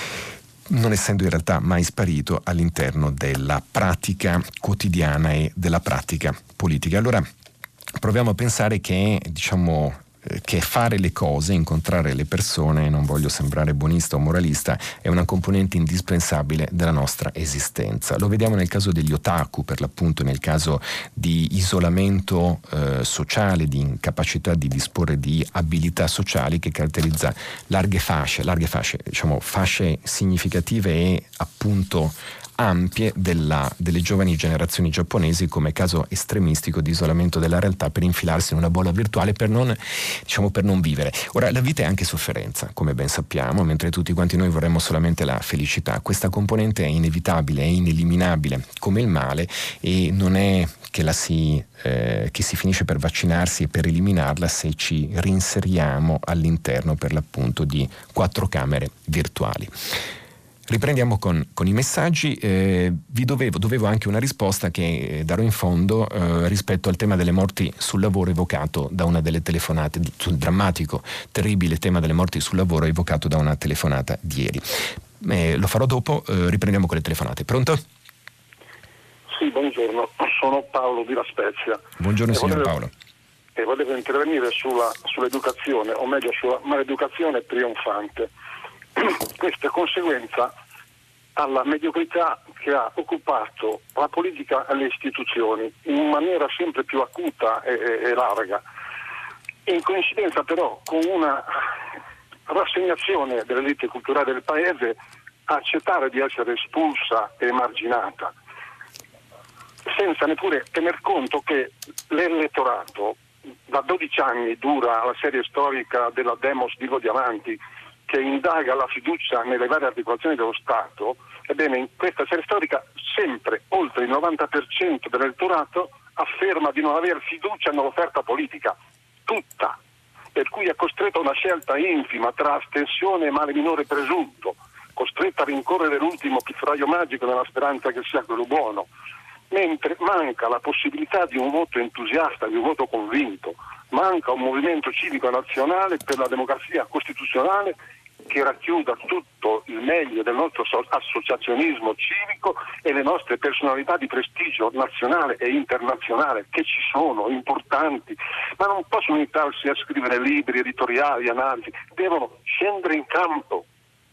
non essendo in realtà mai sparito all'interno della pratica quotidiana e della pratica politica. Allora proviamo a pensare che, diciamo, che fare le cose, incontrare le persone, non voglio sembrare buonista o moralista, è una componente indispensabile della nostra esistenza. Lo vediamo nel caso degli otaku, per l'appunto, nel caso di isolamento eh, sociale, di incapacità di disporre di abilità sociali che caratterizza larghe fasce, larghe fasce, diciamo fasce significative e appunto ampie della, delle giovani generazioni giapponesi, come caso estremistico di isolamento della realtà per infilarsi in una bolla virtuale per non, diciamo, per non vivere. Ora, la vita è anche sofferenza, come ben sappiamo, mentre tutti quanti noi vorremmo solamente la felicità. Questa componente è inevitabile, è ineliminabile come il male, e non è che la si, eh, che si finisce per vaccinarsi e per eliminarla se ci reinseriamo all'interno, per l'appunto, di quattro camere virtuali. Riprendiamo con, con i messaggi. Eh, vi dovevo, dovevo anche una risposta che eh, darò in fondo eh, rispetto al tema delle morti sul lavoro evocato da una delle telefonate, sul drammatico, terribile tema delle morti sul lavoro evocato da una telefonata di ieri. Eh, lo farò dopo, eh, riprendiamo con le telefonate. Pronto? Sì, buongiorno, sono Paolo di La Spezia. Buongiorno, e signor volevo, Paolo. E volevo intervenire sulla, sull'educazione, o meglio sulla maleducazione trionfante. Questa è conseguenza alla mediocrità che ha occupato la politica alle istituzioni in maniera sempre più acuta e, e, e larga, in coincidenza però con una rassegnazione dell'elite culturale del paese accettare di essere espulsa e emarginata, senza neppure tener conto che l'elettorato da dodici anni dura la serie storica della Demos Divo Diamanti, che indaga la fiducia nelle varie articolazioni dello Stato. Ebbene, in questa serie storica sempre oltre il novanta per cento dell'elettorato afferma di non avere fiducia nell'offerta politica, tutta, per cui è costretto a una scelta infima tra astensione e male minore presunto, costretta a rincorrere l'ultimo piffraio magico nella speranza che sia quello buono, mentre manca la possibilità di un voto entusiasta, di un voto convinto, manca un movimento civico nazionale per la democrazia costituzionale che racchiuda tutto il meglio del nostro associazionismo civico e le nostre personalità di prestigio nazionale e internazionale, che ci sono, importanti, ma non possono limitarsi a scrivere libri, editoriali, analisi, devono scendere in campo.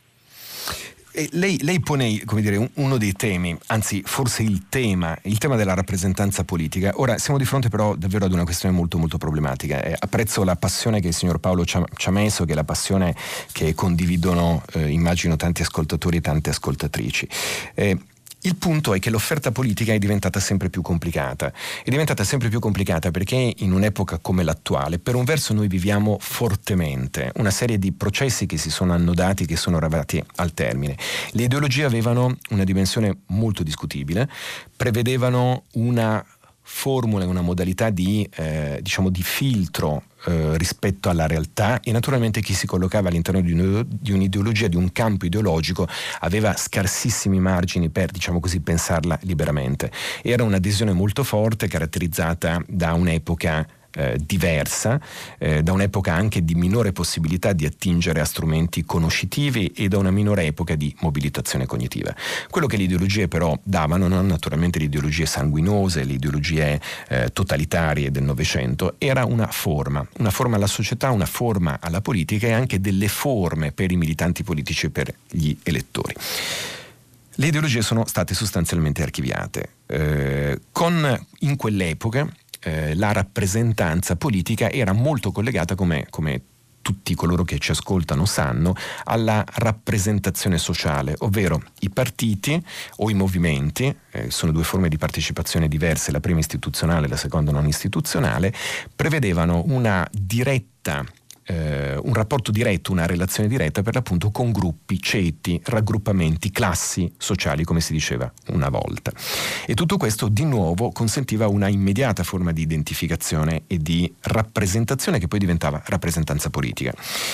E lei, lei pone, come dire, uno dei temi, anzi forse il tema, il tema della rappresentanza politica. Ora siamo di fronte però davvero ad una questione molto molto problematica. Eh, apprezzo la passione che il signor Paolo ci ha, ci ha messo, che è la passione che condividono eh, immagino tanti ascoltatori e tante ascoltatrici. Eh, Il punto è che l'offerta politica è diventata sempre più complicata. È diventata sempre più complicata perché in un'epoca come l'attuale, per un verso noi viviamo fortemente una serie di processi che si sono annodati, che sono arrivati al termine. Le ideologie avevano una dimensione molto discutibile, prevedevano una formula, una modalità di, eh, diciamo, di filtro eh, rispetto alla realtà, e naturalmente chi si collocava all'interno di, un, di un'ideologia, di un campo ideologico, aveva scarsissimi margini per, diciamo così, pensarla liberamente. Era un'adesione molto forte, caratterizzata da un'epoca Eh, diversa, eh, da un'epoca anche di minore possibilità di attingere a strumenti conoscitivi e da una minore epoca di mobilitazione cognitiva. Quello che le ideologie però davano, non naturalmente le ideologie sanguinose, le ideologie eh, totalitarie del Novecento, era una forma, una forma alla società, una forma alla politica e anche delle forme per i militanti politici e per gli elettori. Le ideologie sono state sostanzialmente archiviate. Eh, con in quell'epoca Eh, la rappresentanza politica era molto collegata, come, come tutti coloro che ci ascoltano sanno, alla rappresentazione sociale, ovvero i partiti o i movimenti, eh, sono due forme di partecipazione diverse, la prima istituzionale, la seconda non istituzionale, prevedevano una diretta Eh, un rapporto diretto, una relazione diretta per l'appunto con gruppi, ceti, raggruppamenti, classi sociali, come si diceva una volta. E tutto questo di nuovo consentiva una immediata forma di identificazione e di rappresentazione che poi diventava rappresentanza politica.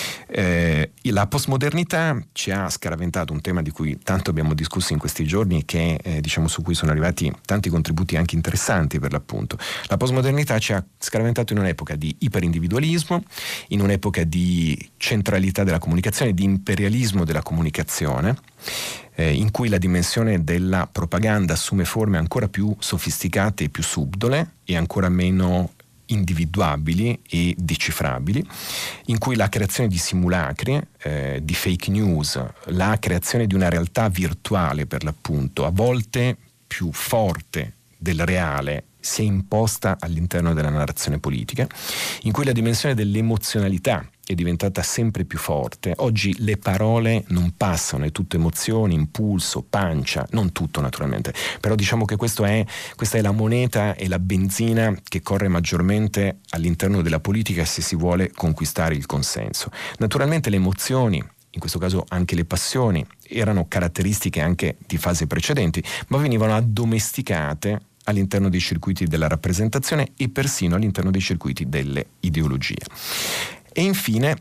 Eh, la postmodernità ci ha scaraventato un tema di cui tanto abbiamo discusso in questi giorni, che eh, diciamo su cui sono arrivati tanti contributi anche interessanti per l'appunto. La postmodernità ci ha scaraventato in un'epoca di iperindividualismo, in un'epoca di centralità della comunicazione, di imperialismo della comunicazione, eh, in cui la dimensione della propaganda assume forme ancora più sofisticate e più subdole e ancora meno individuabili e decifrabili, in cui la creazione di simulacri, eh, di fake news, la creazione di una realtà virtuale per l'appunto, a volte più forte del reale, si è imposta all'interno della narrazione politica, in cui la dimensione dell'emozionalità è diventata sempre più forte. Oggi le parole non passano, è tutto emozioni, impulso, pancia, non tutto naturalmente, però diciamo che questo è, questa è la moneta e la benzina che corre maggiormente all'interno della politica se si vuole conquistare il consenso. Naturalmente le emozioni, in questo caso anche le passioni, erano caratteristiche anche di fasi precedenti, ma venivano addomesticate all'interno dei circuiti della rappresentazione e persino all'interno dei circuiti delle ideologie. E infine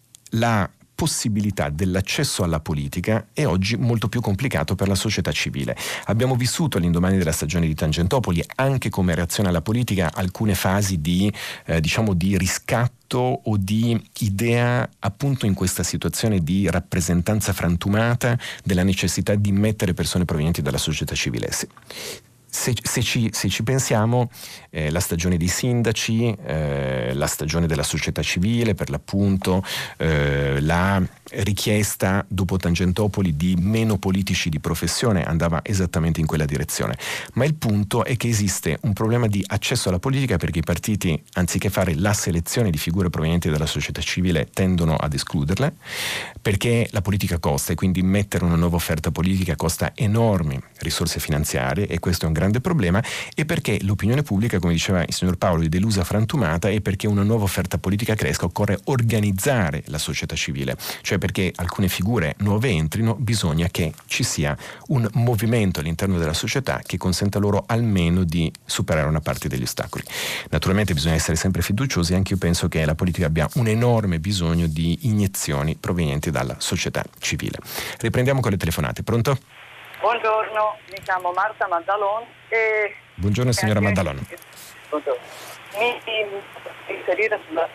la possibilità dell'accesso alla politica è oggi molto più complicato per la società civile. Abbiamo vissuto all'indomani della stagione di Tangentopoli, anche come reazione alla politica, alcune fasi di eh, diciamo di riscatto o di idea appunto in questa situazione di rappresentanza frantumata della necessità di mettere persone provenienti dalla società civile. se, se, ci, se ci pensiamo, eh, la stagione dei sindaci, eh, la stagione della società civile, per l'appunto, eh, la richiesta dopo Tangentopoli di meno politici di professione andava esattamente in quella direzione. Ma il punto è che esiste un problema di accesso alla politica, perché i partiti, anziché fare la selezione di figure provenienti dalla società civile, tendono ad escluderle, perché la politica costa, e quindi mettere una nuova offerta politica costa enormi risorse finanziarie, e questo è un grande problema, e perché l'opinione pubblica, come diceva il signor Paolo, è delusa, frantumata, e perché una nuova offerta politica cresca occorre organizzare la società civile, cioè perché alcune figure nuove entrino bisogna che ci sia un movimento all'interno della società che consenta loro almeno di superare una parte degli ostacoli. Naturalmente bisogna essere sempre fiduciosi, anche io penso che la politica abbia un enorme bisogno di iniezioni provenienti dalla società civile. Riprendiamo con le telefonate. Pronto? Buongiorno, mi chiamo Marta Maddalon e... Buongiorno signora Maddalon. Buongiorno. Mi inserire sulla...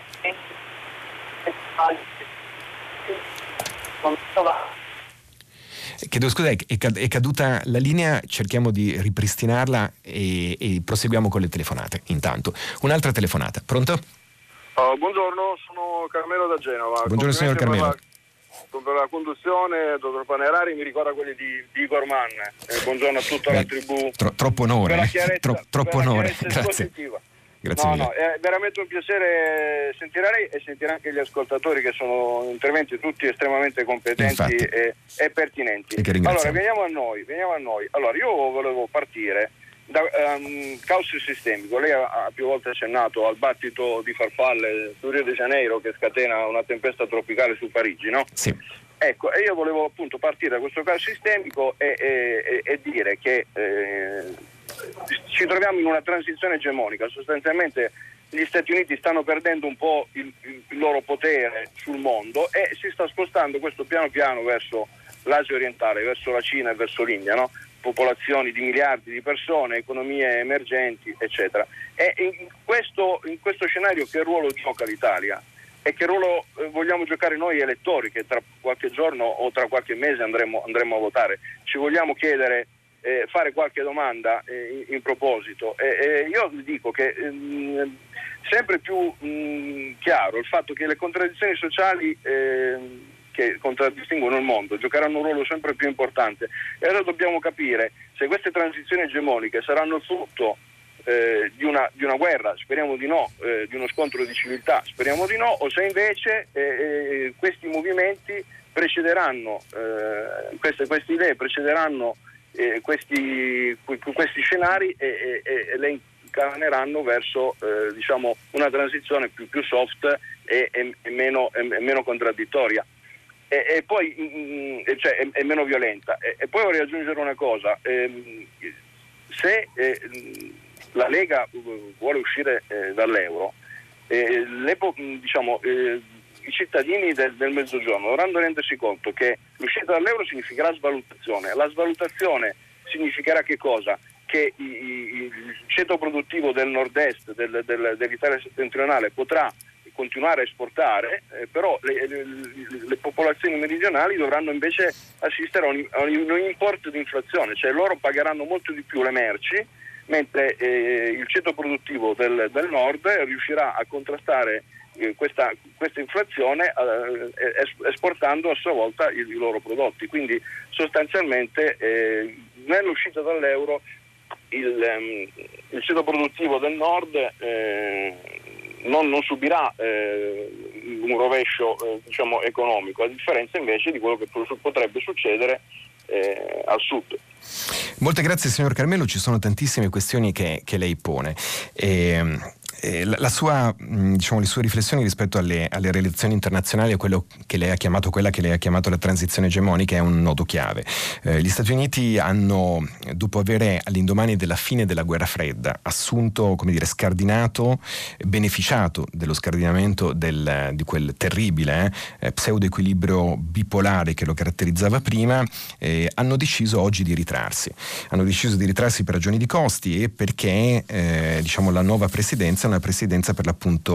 Chiedo scusa, è caduta la linea, cerchiamo di ripristinarla e, e proseguiamo con le telefonate. Intanto, un'altra telefonata. Pronto? Oh, buongiorno, sono Carmelo da Genova. Buongiorno signor Carmelo. Per la, per la conduzione, dottor Panerari, mi ricorda quelli di, di Igor Mann. Eh, buongiorno a tutta eh, la tribù. Tro, troppo onore, Tro, troppo onore, grazie. Grazie no, mille. no, è veramente un piacere sentire lei e sentire anche gli ascoltatori, che sono interventi tutti estremamente competenti e, e pertinenti. E allora, veniamo a noi, veniamo a noi. Allora, io volevo partire da um, caos sistemico. Lei ha, ha più volte accennato al battito di farfalle su Rio de Janeiro che scatena una tempesta tropicale su Parigi, no? Sì. Ecco, e io volevo appunto partire da questo caos sistemico e, e, e dire che eh, ci troviamo in una transizione egemonica. Sostanzialmente gli Stati Uniti stanno perdendo un po' il, il loro potere sul mondo e si sta spostando questo piano piano verso l'Asia orientale, verso la Cina e verso l'India, no? Popolazioni di miliardi di persone, economie emergenti, eccetera. E in questo, in questo scenario che ruolo gioca l'Italia? E che ruolo eh, vogliamo giocare noi elettori, che tra qualche giorno o tra qualche mese andremo, andremo a votare? Ci vogliamo chiedere, eh, fare qualche domanda eh, in, in proposito? E, e io vi dico che ehm, sempre più mh, chiaro il fatto che le contraddizioni sociali eh, che contraddistinguono il mondo giocheranno un ruolo sempre più importante, e allora dobbiamo capire se queste transizioni egemoniche saranno il frutto Eh, di, una, di una guerra, speriamo di no, eh, di uno scontro di civiltà, speriamo di no, o se invece eh, eh, questi movimenti precederanno, eh, queste, queste idee precederanno eh, questi, questi scenari e, e, e le incarneranno verso eh, diciamo una transizione più, più soft e, e, e, meno, e, e meno contraddittoria. E, e poi mh, cioè, è, è meno violenta. E, e poi vorrei aggiungere una cosa, ehm, se eh, la Lega vuole uscire eh, dall'euro, eh, le, diciamo, eh, i cittadini del, del Mezzogiorno dovranno rendersi conto che l'uscita dall'euro significherà svalutazione. La svalutazione significherà che cosa? Che i, i, il ceto produttivo del nord-est, del, del, dell'Italia settentrionale potrà continuare a esportare, eh, però le, le, le popolazioni meridionali dovranno invece assistere a un, a un import di inflazione, cioè loro pagheranno molto di più le merci, mentre eh, il ceto produttivo del, del nord riuscirà a contrastare eh, questa, questa inflazione eh, esportando a sua volta i, i loro prodotti. Quindi sostanzialmente eh, nell'uscita dall'euro il, um, il ceto produttivo del nord eh, non, non subirà eh, un rovescio eh, diciamo economico, a differenza invece di quello che potrebbe succedere eh, al sud. Molte grazie signor Carmelo, ci sono tantissime questioni che, che lei pone. E, e la, la sua, diciamo, le sue riflessioni rispetto alle, alle relazioni internazionali, a quello che lei ha chiamato, quella che lei ha chiamato la transizione egemonica, è un nodo chiave. Eh, gli Stati Uniti hanno, dopo avere all'indomani della fine della guerra fredda assunto, come dire, scardinato, beneficiato dello scardinamento del, di quel terribile eh, pseudo equilibrio bipolare che lo caratterizzava prima, eh, hanno deciso oggi di ritrarsi. Hanno deciso di ritrarsi per ragioni di costi e perché eh, diciamo la nuova presidenza è una presidenza per l'appunto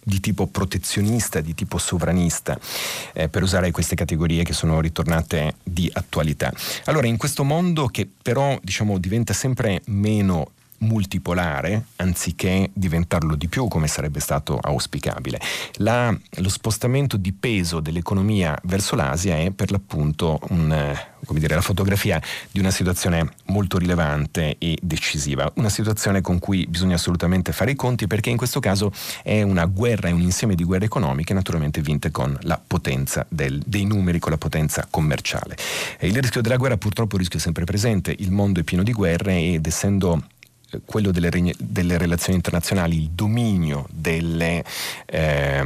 di tipo protezionista, di tipo sovranista, eh, per usare queste categorie che sono ritornate di attualità. Allora, in questo mondo che però diciamo diventa sempre meno multipolare, anziché diventarlo di più come sarebbe stato auspicabile, La, lo spostamento di peso dell'economia verso l'Asia è per l'appunto un, come dire, la fotografia di una situazione molto rilevante e decisiva, una situazione con cui bisogna assolutamente fare i conti, perché in questo caso è una guerra, è un insieme di guerre economiche naturalmente vinte con la potenza del, dei numeri, con la potenza commerciale. E il rischio della guerra purtroppo è un rischio sempre presente, il mondo è pieno di guerre ed essendo quello delle, delle relazioni internazionali, il dominio delle eh,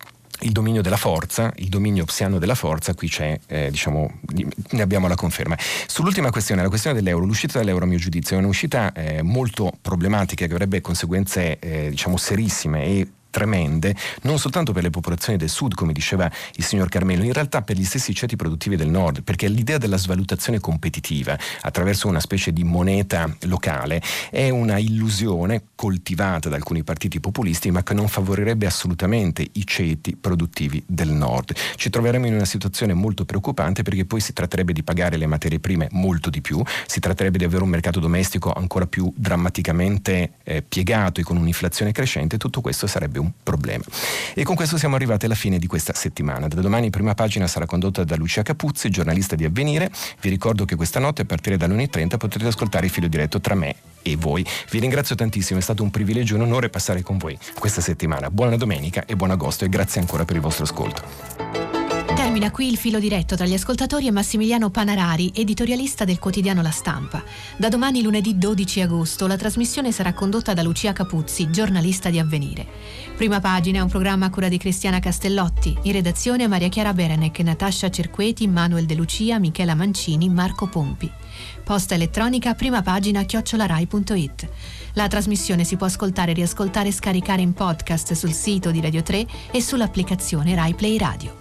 il dominio della forza, il dominio psiano della forza, qui c'è, eh, diciamo, ne abbiamo la conferma. Sull'ultima questione, la questione dell'euro, l'uscita dall'euro a mio giudizio è un'uscita eh, molto problematica che avrebbe conseguenze eh, diciamo serissime e tremende, non soltanto per le popolazioni del sud, come diceva il signor Carmelo, in realtà per gli stessi ceti produttivi del nord, perché l'idea della svalutazione competitiva attraverso una specie di moneta locale è una illusione coltivata da alcuni partiti populisti, ma che non favorirebbe assolutamente i ceti produttivi del nord. Ci troveremo in una situazione molto preoccupante, perché poi si tratterebbe di pagare le materie prime molto di più, si tratterebbe di avere un mercato domestico ancora più drammaticamente eh, piegato e con un'inflazione crescente. Tutto questo sarebbe un problema. E con questo siamo arrivati alla fine di questa settimana. Da domani Prima Pagina sarà condotta da Lucia Capuzzi, giornalista di Avvenire. Vi ricordo che questa notte a partire dalle una e trenta potrete ascoltare il filo diretto tra me e voi. Vi ringrazio tantissimo, è stato un privilegio e un onore passare con voi questa settimana. Buona domenica e buon agosto, e grazie ancora per il vostro ascolto. Termina qui il filo diretto tra gli ascoltatori e Massimiliano Panarari, editorialista del quotidiano La Stampa. Da domani lunedì dodici agosto la trasmissione sarà condotta da Lucia Capuzzi, giornalista di Avvenire. Prima Pagina è un programma a cura di Cristiana Castellotti, in redazione Maria Chiara Berenec, Natascia Cerqueti, Manuel De Lucia, Michela Mancini, Marco Pompi. Posta elettronica primapagina chiocciola rai punto it. La trasmissione si può ascoltare, riascoltare e scaricare in podcast sul sito di Radio tre e sull'applicazione Rai Play Radio.